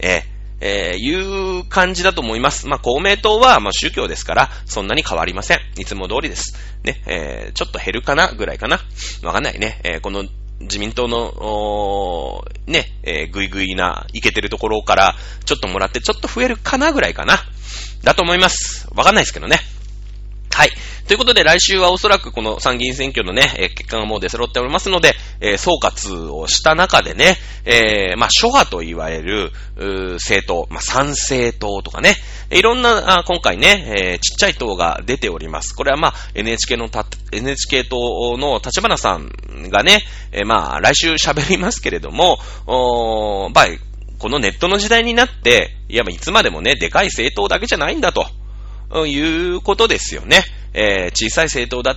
いう感じだと思います。公明党は宗教ですから、そんなに変わりません。いつも通りです。ね、ちょっと減るかなぐらいかな。わかんないね。この自民党の、ぐいぐいな、いけてるところから、ちょっともらってちょっと増えるかなぐらいかな。だと思います。わかんないですけどね。はい。ということで来週はおそらくこの参議院選挙のね、結果がもう出揃っておりますので、総括をした中でね、諸派と言われる、政党、参政党とかね、いろんな、今回ね、ちっちゃい党が出ております。これはNHK 党の立花さんがね、来週喋りますけれども、このネットの時代になって、いつまでもね、でかい政党だけじゃないんだと。いうことですよね。小さい政党だって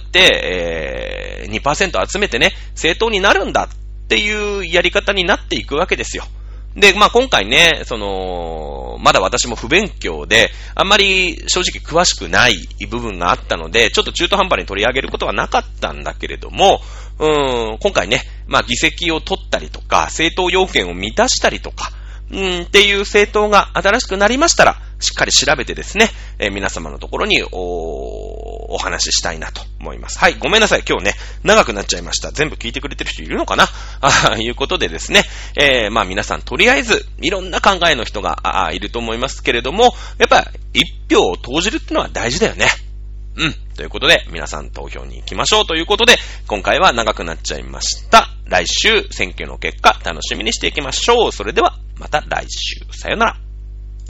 、2% 集めてね、政党になるんだっていうやり方になっていくわけですよ。で、今回ね、まだ私も不勉強で、あんまり正直詳しくない部分があったので、ちょっと中途半端に取り上げることはなかったんだけれども、今回ね、議席を取ったりとか、政党要件を満たしたりとか、っていう政党が新しくなりましたら、しっかり調べてですね、皆様のところにお話ししたいなと思います。はい、ごめんなさい。今日ね、長くなっちゃいました。全部聞いてくれてる人いるのかないうことでですね、皆さんとりあえず、いろんな考えの人がいると思いますけれども、やっぱ一票を投じるってのは大事だよね。ということで、皆さん投票に行きましょうということで、今回は長くなっちゃいました。来週、選挙の結果、楽しみにしていきましょう。それでは、また来週。さよなら。